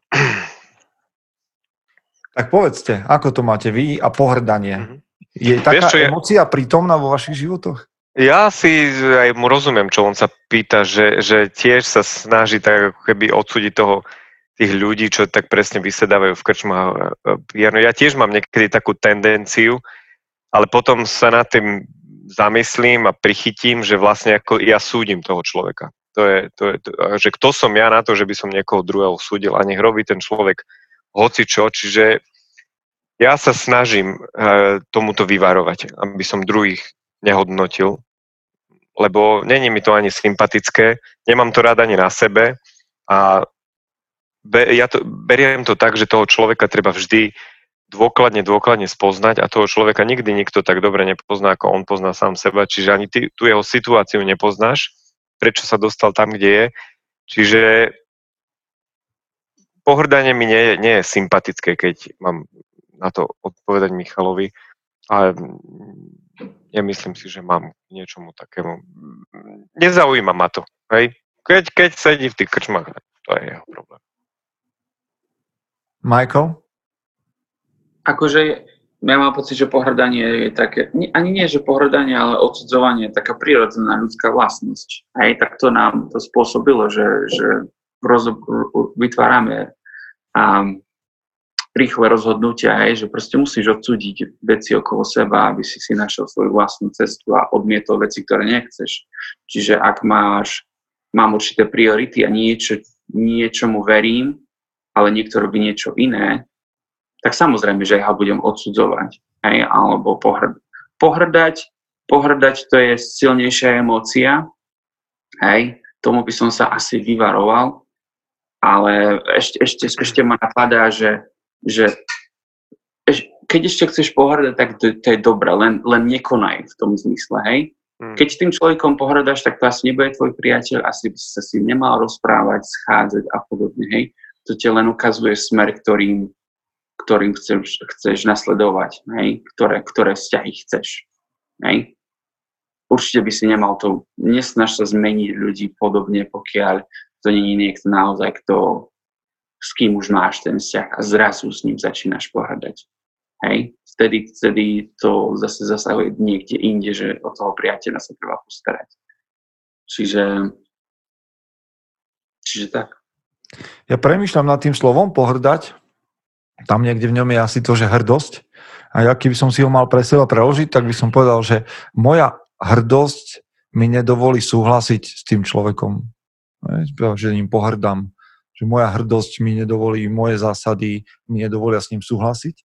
Tak povedzte, ako to máte vy a pohrdanie? Mm-hmm. Je taká Vieš, je... emócia prítomná vo vašich životoch? Ja si aj mu rozumiem, čo on sa pýta, že, že tiež sa snaží tak ako keby odsúdiť toho, tých ľudí, čo tak presne vysedávajú v krčmách. Ja tiež mám niekedy takú tendenciu, ale potom sa nad tým zamyslím a prichytím, že vlastne ako ja súdim toho človeka. To je, to je, to, že kto som ja na to, že by som niekoho druhého súdil a nech robí ten človek hocičo, čiže ja sa snažím uh, tomuto vyvarovať, aby som druhých nehodnotil, lebo není mi to ani sympatické, nemám to rád ani na sebe a be, ja to, beriem to tak, že toho človeka treba vždy dôkladne, dôkladne spoznať a toho človeka nikdy nikto tak dobre nepozná, ako on pozná sám seba, čiže ani ty tú jeho situáciu nepoznáš, prečo sa dostal tam, kde je, čiže pohrdanie mi nie je, nie je sympatické, keď mám na to odpovedať Michalovi, ale nemyslím si, že mám k niečomu takému. Nezaujíma ma to. Hej? Keď, keď sedí v tých krčmách, to je jeho problém. Michael? Akože ja mám pocit, že pohrdanie je také, ani nie, že pohrdanie, ale odsudzovanie je taká prirodzená ľudská vlastnosť. Hej? Tak to nám to spôsobilo, že, že roz, vytvárame um, rýchle rozhodnutia, hej, že proste musíš odsúdiť veci okolo seba, aby si si našiel svoju vlastnú cestu a odmietol veci, ktoré nechceš. Čiže ak máš, mám určité priority a niečo, niečomu verím, ale niekto robí niečo iné, tak samozrejme, že ja ho budem odsudzovať, hej, alebo pohrdať. Pohrdať, pohrdať to je silnejšia emócia, hej, tomu by som sa asi vyvaroval, ale ešte, ešte, ešte ma napadá, že že keď ešte chceš pohrdať, tak to, to je dobré, len, len nekonaj v tom zmysle, hej? Keď tým človekom pohrdáš, tak to asi nebude tvoj priateľ, asi by si sa s ním nemal rozprávať, schádzať a podobne, hej. To ti len ukazuje smer, ktorým, ktorým chceš, chceš nasledovať, hej, ktoré, ktoré vzťahy chceš, hej. Určite by si nemal to, nesnaž sa zmeniť ľudí podobne, pokiaľ to nie je niekto naozaj, kto, s kým už máš ten vzťah a zrazu s ním začínaš pohrdať. Hej, vtedy, vtedy to zase zasahuje niekde inde, že o toho priateľa sa treba postarať. Čiže, čiže tak. Ja premýšľam nad tým slovom pohrdať. Tam niekde v ňom je asi to, že hrdosť. A ja keby som si ho mal pre seba preložiť, tak by som povedal, že moja hrdosť mi nedovolí súhlasiť s tým človekom. Že ním pohrdám. Že moja hrdosť mi nedovolí, moje zásady mi nedovolia s ním súhlasiť.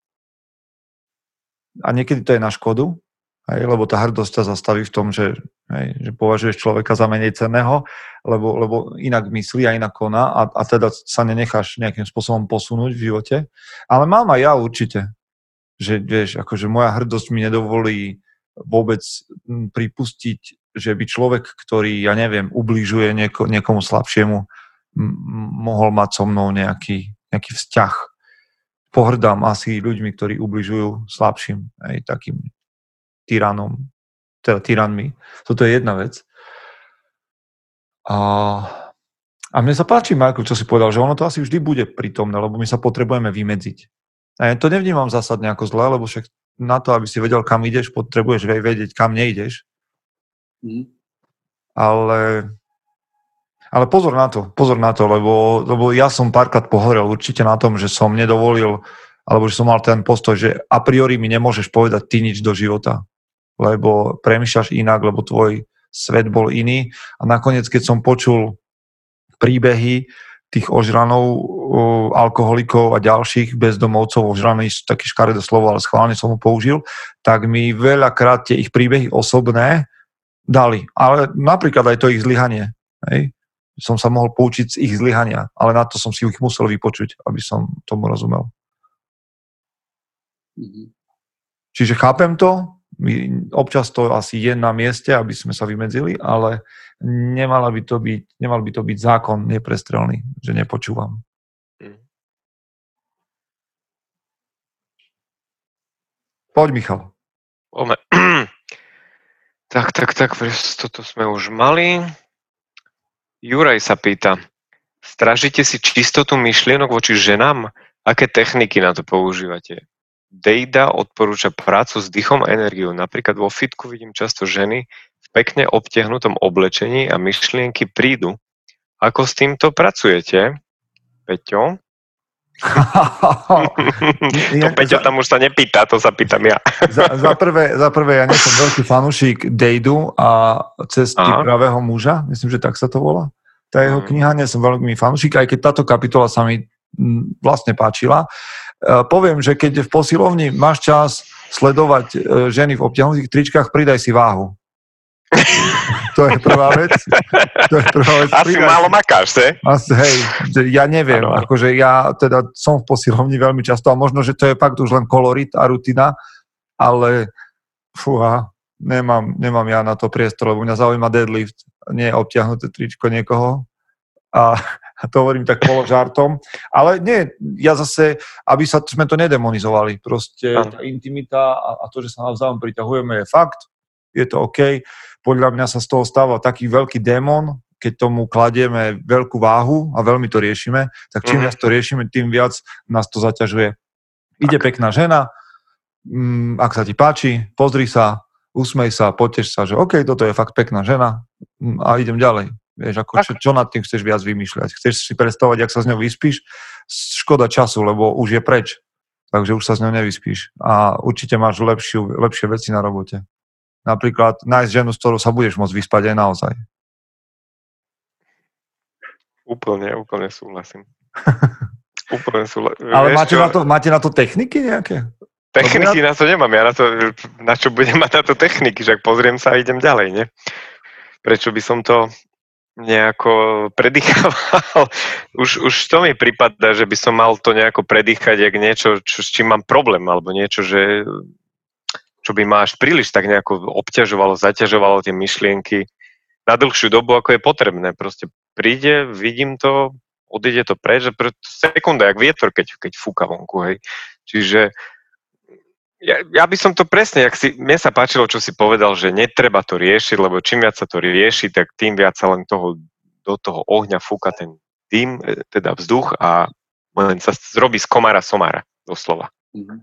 A niekedy to je na škodu, hej, lebo tá hrdosť ťa zastaví v tom, že, hej, že považuješ človeka za menej cenného, lebo, lebo inak myslí a inak koná a, a teda sa nenecháš nejakým spôsobom posunúť v živote. Ale mám aj ja určite, že vieš, akože moja hrdosť mi nedovolí vôbec pripustiť, že by človek, ktorý, ja neviem, ubližuje nieko, niekomu slabšiemu, m- mohol mať so mnou nejaký, nejaký vzťah. Pohrdám asi ľuďmi, ktorí ubližujú slabším, aj takým tyranom, teda tyranmi. Toto je jedna vec. A, a mne sa páči, Michael, čo si povedal, že ono to asi vždy bude prítomné, lebo my sa potrebujeme vymedziť. A ja to nevnímam zásadne ako zlé, lebo však na to, aby si vedel, kam ideš, potrebuješ vedieť, kam neideš. Mm. Ale... Ale pozor na to, pozor na to, lebo, lebo ja som párkrát pohorel určite na tom, že som nedovolil, alebo že som mal ten postoj, že a priori mi nemôžeš povedať ty nič do života, lebo premýšľaš inak, lebo tvoj svet bol iný. A nakoniec, keď som počul príbehy tých ožranov, alkoholikov a ďalších bezdomovcov, ožraných, také škaredé slovo, ale schválne som ho použil, tak mi veľakrát tie ich príbehy osobné dali. Ale napríklad aj to ich zlyhanie, hej? Som sa mohol poučiť z ich zlyhania, ale na to som si ich musel vypočuť, aby som tomu rozumel. Mm-hmm. Čiže chápem to, občas to asi je na mieste, aby sme sa vymedzili, ale nemala by to byť, nemal by to byť zákon neprestrelný, že nepočúvam. Mm. Poď, Michal. Ome. tak, tak, tak, toto sme už mali. Juraj sa pýta, strážite si čistotu myšlienok voči ženám? Aké techniky na to používate? Dejda odporúča prácu s dýchom a energiou. Napríklad vo fitku vidím často ženy v pekne obtiahnutom oblečení a myšlienky prídu. Ako s týmto pracujete? Peťo? to Peťo tam už sa nepýta, to sa pýtam ja. za, za, prvé, za prvé, ja nie som veľký fanúšik Dejdu a Cesty Aha. pravého muža, myslím, že tak sa to volá. Tá jeho kniha, nie som veľký fanúšik, aj keď táto kapitola sa mi vlastne páčila. Uh, poviem, že keď v posilovni máš čas sledovať uh, ženy v obtiahnutých tričkách, pridaj si váhu. To je prvá vec. To je prvá vec. Asi pridaj málo si. Makáš, he? Asi, hej, ja neviem, ano. Akože ja teda som v posilovni veľmi často a možno, že to je fakt už len kolorit a rutina, ale fúha, nemám, nemám ja na to priestor, lebo mňa zaujíma deadlift, nie obtiahnuté tričko niekoho. A A to hovorím tak položartom. Ale nie, ja zase, aby sa, sme to nedemonizovali. Proste tá intimita a, a to, že sa navzájom priťahujeme, je fakt. Je to OK. Podľa mňa sa z toho stáva taký veľký démon, keď tomu kladieme veľkú váhu a veľmi to riešime, tak čím viac to riešime, tým viac nás to zaťažuje. Ide pekná žena, mm, ak sa ti páči, pozri sa, usmej sa, poteš sa, že OK, toto je fakt pekná žena a idem ďalej. Vieš, ako čo, čo nad tým chceš viac vymýšľať? Chceš si predstavovať, jak sa s ňou vyspíš? Škoda času, lebo už je preč. Takže už sa s ňou nevyspíš. A určite máš lepšiu, lepšie veci na robote. Napríklad nájsť ženu, s ktorou sa budeš môcť vyspať aj naozaj. Úplne, úplne súhlasím. úplne súhlasím. Ale máte na, to, máte na to techniky nejaké? Techniky na to nemám. Ja na to, na čo budem mať na to techniky? Však pozriem sa a idem ďalej, nie? Prečo by som to nejako predýchával. Už, už to mi prípada, že by som mal to nejako predýchať jak niečo, čo, s čím mám problém, alebo niečo, že, čo čo by ma až príliš tak nejako obťažovalo, zaťažovalo tie myšlienky na dlhšiu dobu, ako je potrebné. Proste príde, vidím to, odíde to preč, že pre sekunda, jak vietor, keď, keď fúka vonku, hej. Čiže ja, ja by som to presne, jak si, mne sa páčilo, čo si povedal, že netreba to riešiť, lebo čím viac sa to rieši, tak tým viac sa len toho, do toho ohňa fúka ten dým, teda vzduch a len sa zrobí z komára somára, doslova. Mhm.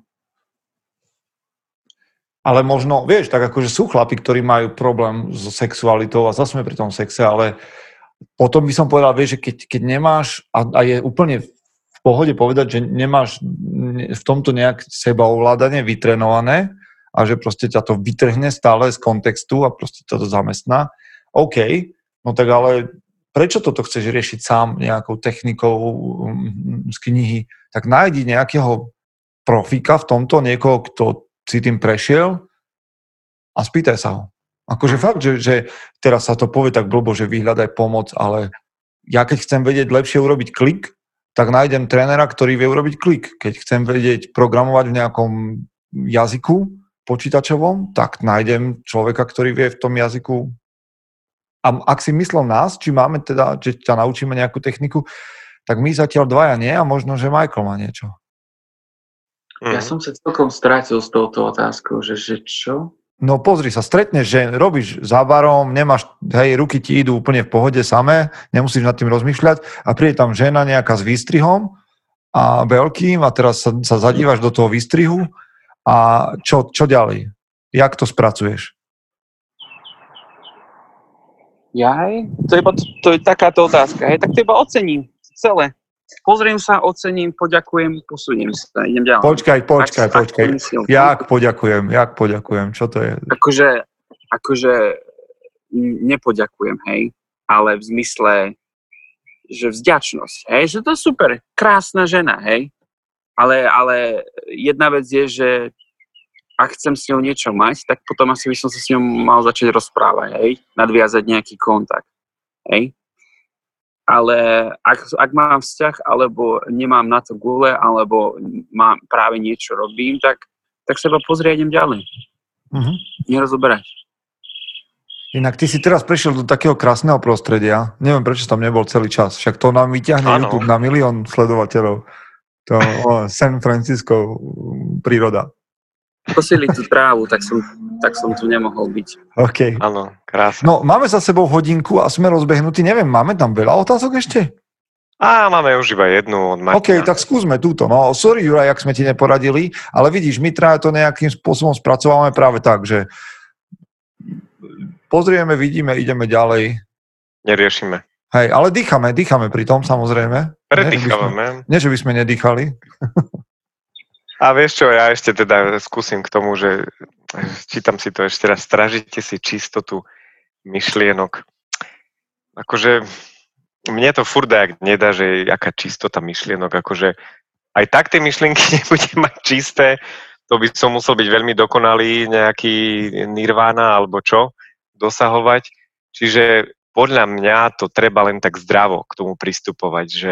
Ale možno, vieš, tak akože sú chlapi, ktorí majú problém so sexualitou a zase sme pri tom sexe, ale potom by som povedal, vieš, že keď, keď nemáš a, a je úplne v pohode povedať, že nemáš v tomto nejak sebaovládanie vytrenované a že proste ťa to vytrhne stále z kontextu a proste ťa to zamestná. OK, no tak ale prečo toto chceš riešiť sám nejakou technikou z knihy? Tak nájdi nejakého profíka v tomto, niekoho, kto si tým prešiel a spýtaj sa ho. Akože fakt, že, že teraz sa to povie tak blbo, že vyhľadaj pomoc, ale ja keď chcem vedieť lepšie urobiť klik, tak nájdem trénera, ktorý vie urobiť klik. Keď chcem vedieť programovať v nejakom jazyku počítačovom, tak nájdem človeka, ktorý vie v tom jazyku. A ak si myslel nás, či máme teda, že ťa naučíme nejakú techniku, tak my zatiaľ dvaja nie a možno, že Michael má niečo. Ja som sa celkom strátil s touto otázkou, že, že čo? No pozri sa, stretneš, že robíš za barom, nemáš, hej, ruky ti idú úplne v pohode samé, nemusíš nad tým rozmýšľať a príde tam žena nejaká s výstrihom a veľkým a teraz sa, sa zadívaš do toho výstrihu a čo, čo ďalej? Jak to spracuješ? Jaj, to je, iba, to je takáto otázka, hej, tak to iba ocením celé. Pozriem sa, ocením, poďakujem, posuniem sa, idem ďalej. Počkaj, počkaj, tak, počkaj. Tak jak poďakujem, jak poďakujem, čo to je? Akože, akože nepoďakujem, hej, ale v zmysle, že vďačnosť, hej, že to je super, krásna žena, hej, ale, ale jedna vec je, že ak chcem s ňou niečo mať, tak potom asi by som sa s ňou mal začať rozprávať, hej, nadviazať nejaký kontakt, hej. Ale ak, ak mám vzťah, alebo nemám na to gule, alebo mám, práve niečo robím, tak, tak sa iba pozrie a idem ďalej. Uh-huh. Nerozoberať. Inak ty si teraz prešiel do takého krásneho prostredia. Neviem, prečo tam nebol celý čas. Však to nám vyťahne ano. YouTube na milión sledovateľov. To o, San Francisco príroda. Kosili tú trávu, tak som, tak som tu nemohol byť. OK. Áno, krásne. No, máme za sebou hodinku a sme rozbehnutí. Neviem, máme tam veľa otázok ešte? Á, máme už iba jednu od Martina. OK, tak skúsme túto. No, sorry, Juraj, jak sme ti neporadili, ale vidíš, my traja to nejakým spôsobom spracovávame práve tak, že pozrieme, vidíme, ideme ďalej. Neriešime. Hej, ale dýchame, dýchame pri tom, samozrejme. Predýchávame. Nie, že by sme nedýchali. A vieš čo, ja ešte teda skúsim k tomu, že čítam si to ešte raz, strážite si čistotu myšlienok. Akože mne to furt jak nedá, že aká čistota myšlienok, akože aj tak tie myšlienky nebudem mať čisté, to by som musel byť veľmi dokonalý, nejaký nirvana alebo čo, dosahovať. Čiže podľa mňa to treba len tak zdravo k tomu pristupovať, že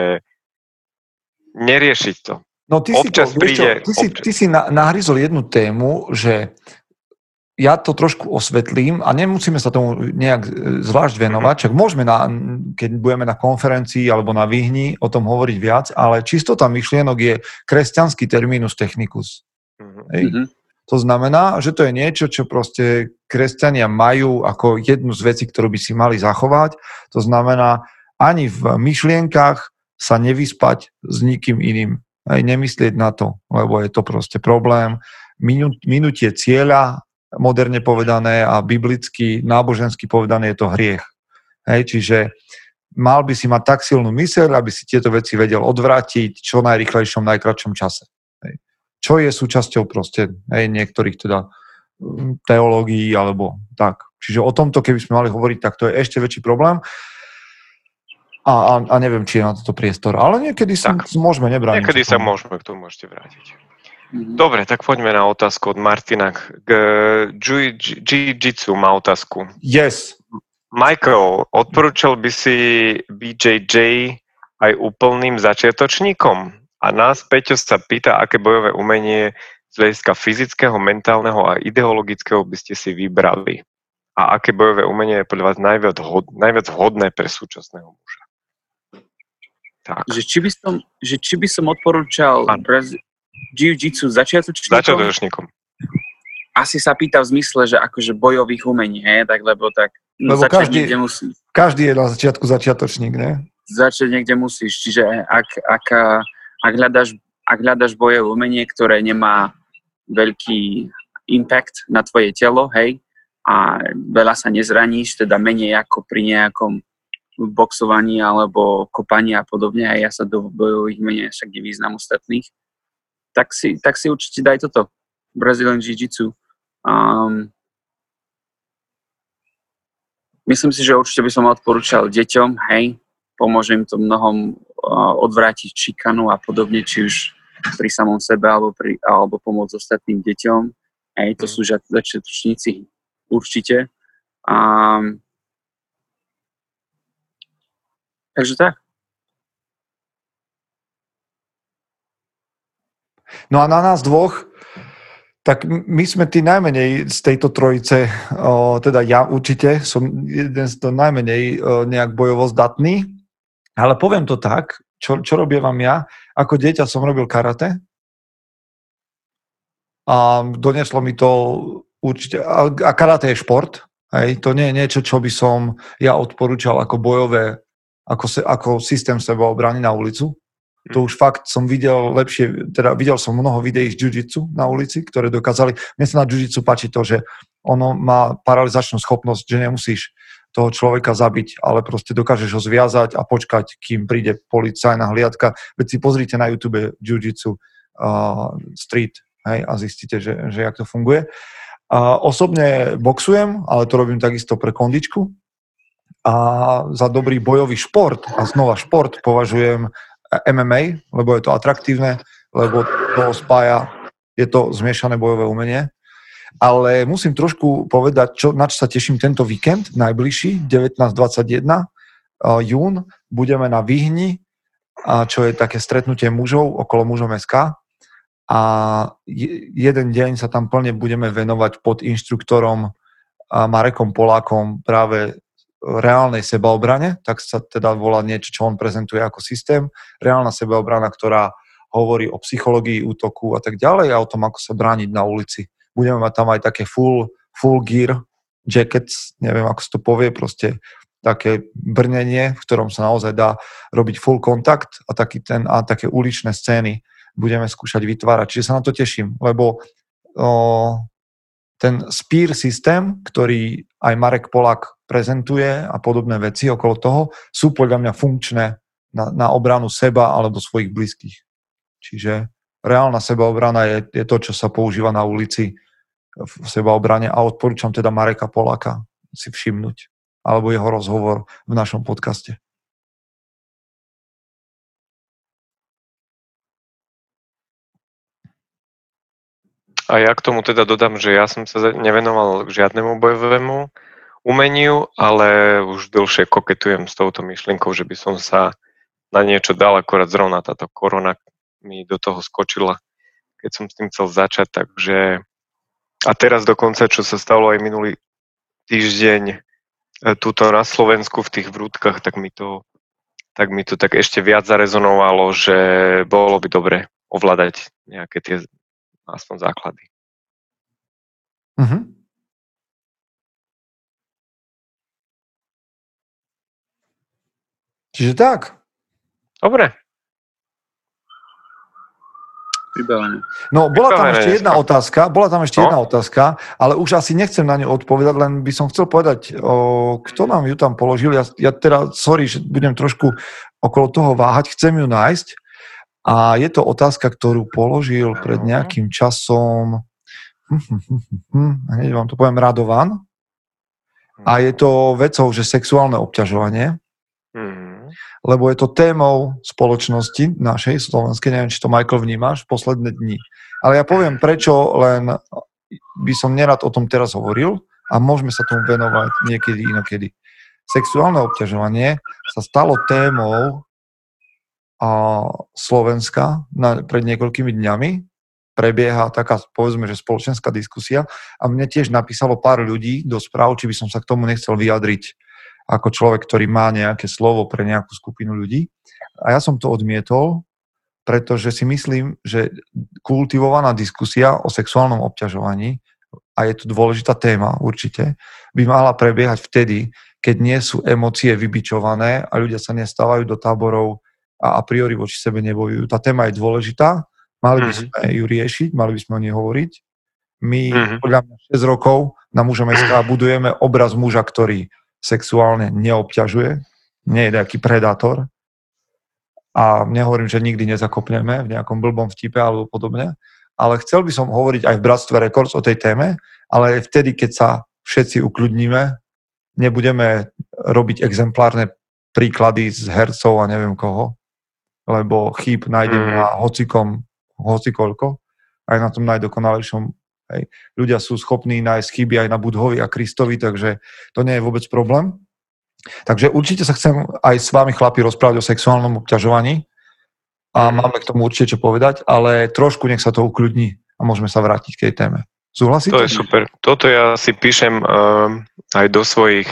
neriešiť to. No ty občas si, to, príde, čo, ty si, ty si nahryzol jednu tému, že ja to trošku osvetlím a nemusíme sa tomu nejak zvlášť venovať, čak môžeme, na, keď budeme na konferencii alebo na Vyhni o tom hovoriť viac, ale čistota myšlienok je kresťanský terminus technicus. Mm-hmm. To znamená, že to je niečo, čo proste kresťania majú ako jednu z vecí, ktorú by si mali zachovať. To znamená, ani v myšlienkach sa nevyspať s nikým iným. Aj nemyslieť na to, lebo je to proste problém. Minú, minutie cieľa, moderne povedané a biblicky, nábožensky povedané, je to hriech. Hej, čiže mal by si mať tak silnú myseľ, aby si tieto veci vedel odvrátiť čo najrýchlejšom, najkratšom čase. Hej. Čo je súčasťou proste hej, niektorých teda teológií alebo tak. Čiže o tomto, keby sme mali hovoriť, tak to je ešte väčší problém. A, a, a neviem, či je na toto priestor. Ale niekedy sa môžeme nebrániť. Niekedy sa môžeme k tomu ešte vrátiť. Mm-hmm. Dobre, tak poďme na otázku od Martina. K Jiu-Jitsu má otázku. Yes. Michael, odporúčal by si bé jé jé aj úplným začiatočníkom? A nás Peťo sa pýta, aké bojové umenie z hľadiska fyzického, mentálneho a ideologického by ste si vybrali? A aké bojové umenie je podľa vás najviac, hod, najviac vhodné pre súčasného muža? Tak. Že či by som, že či by som odporúčal Braz- jiu-jitsu začiatočníkom? Začiatočníkom. Asi sa pýta v zmysle, že akože bojových umení, hej, tak lebo tak no, lebo začať každý, niekde musí. Každý je na začiatku začiatočník, ne? Začať niekde musíš, čiže ak, ak, ak, hľadaš, ak hľadaš bojové umenie, ktoré nemá veľký impact na tvoje telo, hej, a veľa sa nezraníš, teda menej ako pri nejakom boxovaní alebo kopaní a podobne, a ja sa do bojových umení však nevyznám ostatných, tak si, tak si určite daj toto. Brazilian Jiu-Jitsu. Um, myslím si, že určite by som odporúčal deťom, hej, pomôže im to mnohom uh, odvrátiť šikanu a podobne, či už pri samom sebe alebo, pri, alebo pomôcť ostatným deťom. Hej, to sú začiatočníci určite. Um, takže tak. No a na nás dvoch, tak my sme tí najmenej z tejto trojice, o, teda ja určite som jeden z to najmenej o, nejak bojovo zdatný, ale poviem to tak, čo, čo robievam ja. Ako dieťa som robil karate a doneslo mi to určite, a, a karate je šport, hej, to nie je niečo, čo by som ja odporúčal ako bojové, ako, se, ako systém sebaobrany na ulicu. To už fakt som videl lepšie, teda videl som mnoho videí z jiu-jitsu na ulici, ktoré dokázali, mne sa na jiu-jitsu páči to, že ono má paralizačnú schopnosť, že nemusíš toho človeka zabiť, ale proste dokážeš ho zviazať a počkať, kým príde policajná hliadka. Veď si pozrite na YouTube jiu-jitsu uh, street, hej, a zistíte, že, že jak to funguje. Uh, osobne boxujem, ale to robím takisto pre kondičku. A za dobrý bojový šport, a znova šport, považujem em em á, lebo je to atraktívne, lebo to spája, je to zmiešané bojové umenie. Ale musím trošku povedať, čo, na čo sa teším tento víkend, najbližší, devätnásť dvadsaťjeden, uh, jún, budeme na Vyhni, uh, čo je také stretnutie mužov okolo mužom bodka es ká. A je, jeden deň sa tam plne budeme venovať pod inštruktorom uh, Marekom Polákom práve reálnej sebaobrane, tak sa teda volá niečo, čo on prezentuje ako systém. Reálna sebaobrana, ktorá hovorí o psychológii útoku a tak ďalej a o tom, ako sa brániť na ulici. Budeme mať tam aj také full, full gear jackets, neviem, ako sa to povie, proste také brnenie, v ktorom sa naozaj dá robiť full kontakt a, taký ten, a také uličné scény budeme skúšať vytvárať. Čiže sa na to teším, lebo o, ten spear systém, ktorý aj Marek Polák prezentuje a podobné veci okolo toho, sú podľa mňa funkčné na, na obranu seba alebo svojich blízkych. Čiže reálna sebaobrana je, je to, čo sa používa na ulici v sebaobrane a odporúčam teda Mareka Poláka si všimnúť alebo jeho rozhovor v našom podcaste. A ja k tomu teda dodám, že ja som sa nevenoval k žiadnemu bojovému umeniu, ale už dlhšie koketujem s touto myšlienkou, že by som sa na niečo dal, akorát zrovna táto korona mi do toho skočila, keď som s tým chcel začať, takže a teraz dokonca, čo sa stalo aj minulý týždeň tuto na Slovensku v tých vrútkach, tak mi to tak mi to tak ešte viac zarezonovalo, že bolo by dobre ovládať nejaké tie aspoň základy. Mhm. Čiže tak. Dobre. Vybavené. No, bola tam Vybavené ešte jedna dneska. otázka, bola tam ešte No? jedna otázka, ale už asi nechcem na ňu odpovedať, len by som chcel povedať, o, kto nám ju tam položil. Ja, ja teda, sorry, že budem trošku okolo toho váhať, chcem ju nájsť. A je to otázka, ktorú položil pred nejakým časom, hm, hm, hm, hm, hneď vám to poviem, Radovan. A je to vecou, že sexuálne obťažovanie, Mm. lebo je to témou spoločnosti našej slovenskej, neviem, či to Michael vnímaš, posledné dni. Ale ja poviem prečo, len by som nerad o tom teraz hovoril a môžeme sa tomu venovať niekedy inokedy. Sexuálne obťažovanie sa stalo témou a Slovenska na, pred niekoľkými dňami prebieha taká, povedzme, že spoločenská diskusia a mne tiež napísalo pár ľudí do správ, či by som sa k tomu nechcel vyjadriť ako človek, ktorý má nejaké slovo pre nejakú skupinu ľudí. A ja som to odmietol, pretože si myslím, že kultivovaná diskusia o sexuálnom obťažovaní, a je to dôležitá téma určite, by mala prebiehať vtedy, keď nie sú emócie vybičované a ľudia sa nestávajú do táborov a a priori voči sebe nebojujú. Tá téma je dôležitá, mali by sme ju riešiť, mali by sme o nej hovoriť. My mm-hmm. podľa mňa šesť rokov na Mužom es ká budujeme obraz muža, ktorý sexuálne neobťažuje, nie je nejaký predátor. A nehovorím, že nikdy nezakopneme v nejakom blbom vtipe alebo podobne, ale chcel by som hovoriť aj v Bratstve Records o tej téme, ale vtedy, keď sa všetci ukľudníme, nebudeme robiť exemplárne príklady z hercov a neviem koho, lebo chýb nájdeme na hocikom, hocikoľko, aj na tom najdokonalejšom. Hej. Ľudia sú schopní nájsť chyby aj na Budhovi a Kristovi, takže to nie je vôbec problém. Takže určite sa chcem aj s vami, chlapi, rozprávať o sexuálnom obťažovaní a máme k tomu určite čo povedať, ale trošku nech sa to ukľudní a môžeme sa vrátiť k tej téme. Súhlasíte? To je super. Toto ja si píšem um, aj do svojich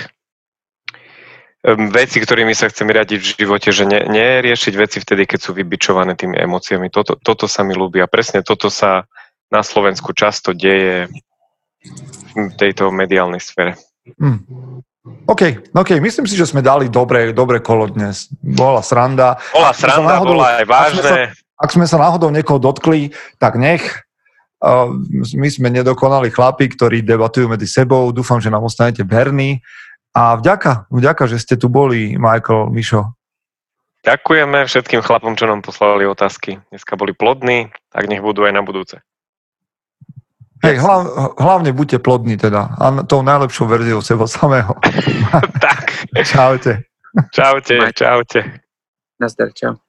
um, vecí, ktorými sa chcem riadiť v živote, že ne, neriešiť veci vtedy, keď sú vybičované tými emóciami. Toto, toto sa mi ľúbi a presne toto sa na Slovensku často deje v tejto mediálnej sfére. Hmm. OK, OK, myslím si, že sme dali dobré, dobré kolo dnes. Bola sranda. Bola sranda, náhodou, bola aj vážne. Ak sme, sa, ak sme sa náhodou niekoho dotkli, tak nech. Uh, my sme nedokonali chlapi, ktorí debatujú medzi sebou. Dúfam, že nám ostanete verní. A vďaka, vďaka, že ste tu boli, Michael, Mišo. Ďakujeme všetkým chlapom, čo nám poslali otázky. Dneska boli plodní, tak nech budú aj na budúce. Hej, hlav, hlavne buďte plodní teda. A tou najlepšou verziou seba samého. Tak. Čaute. Čaute, čaute. Nazdar, čau.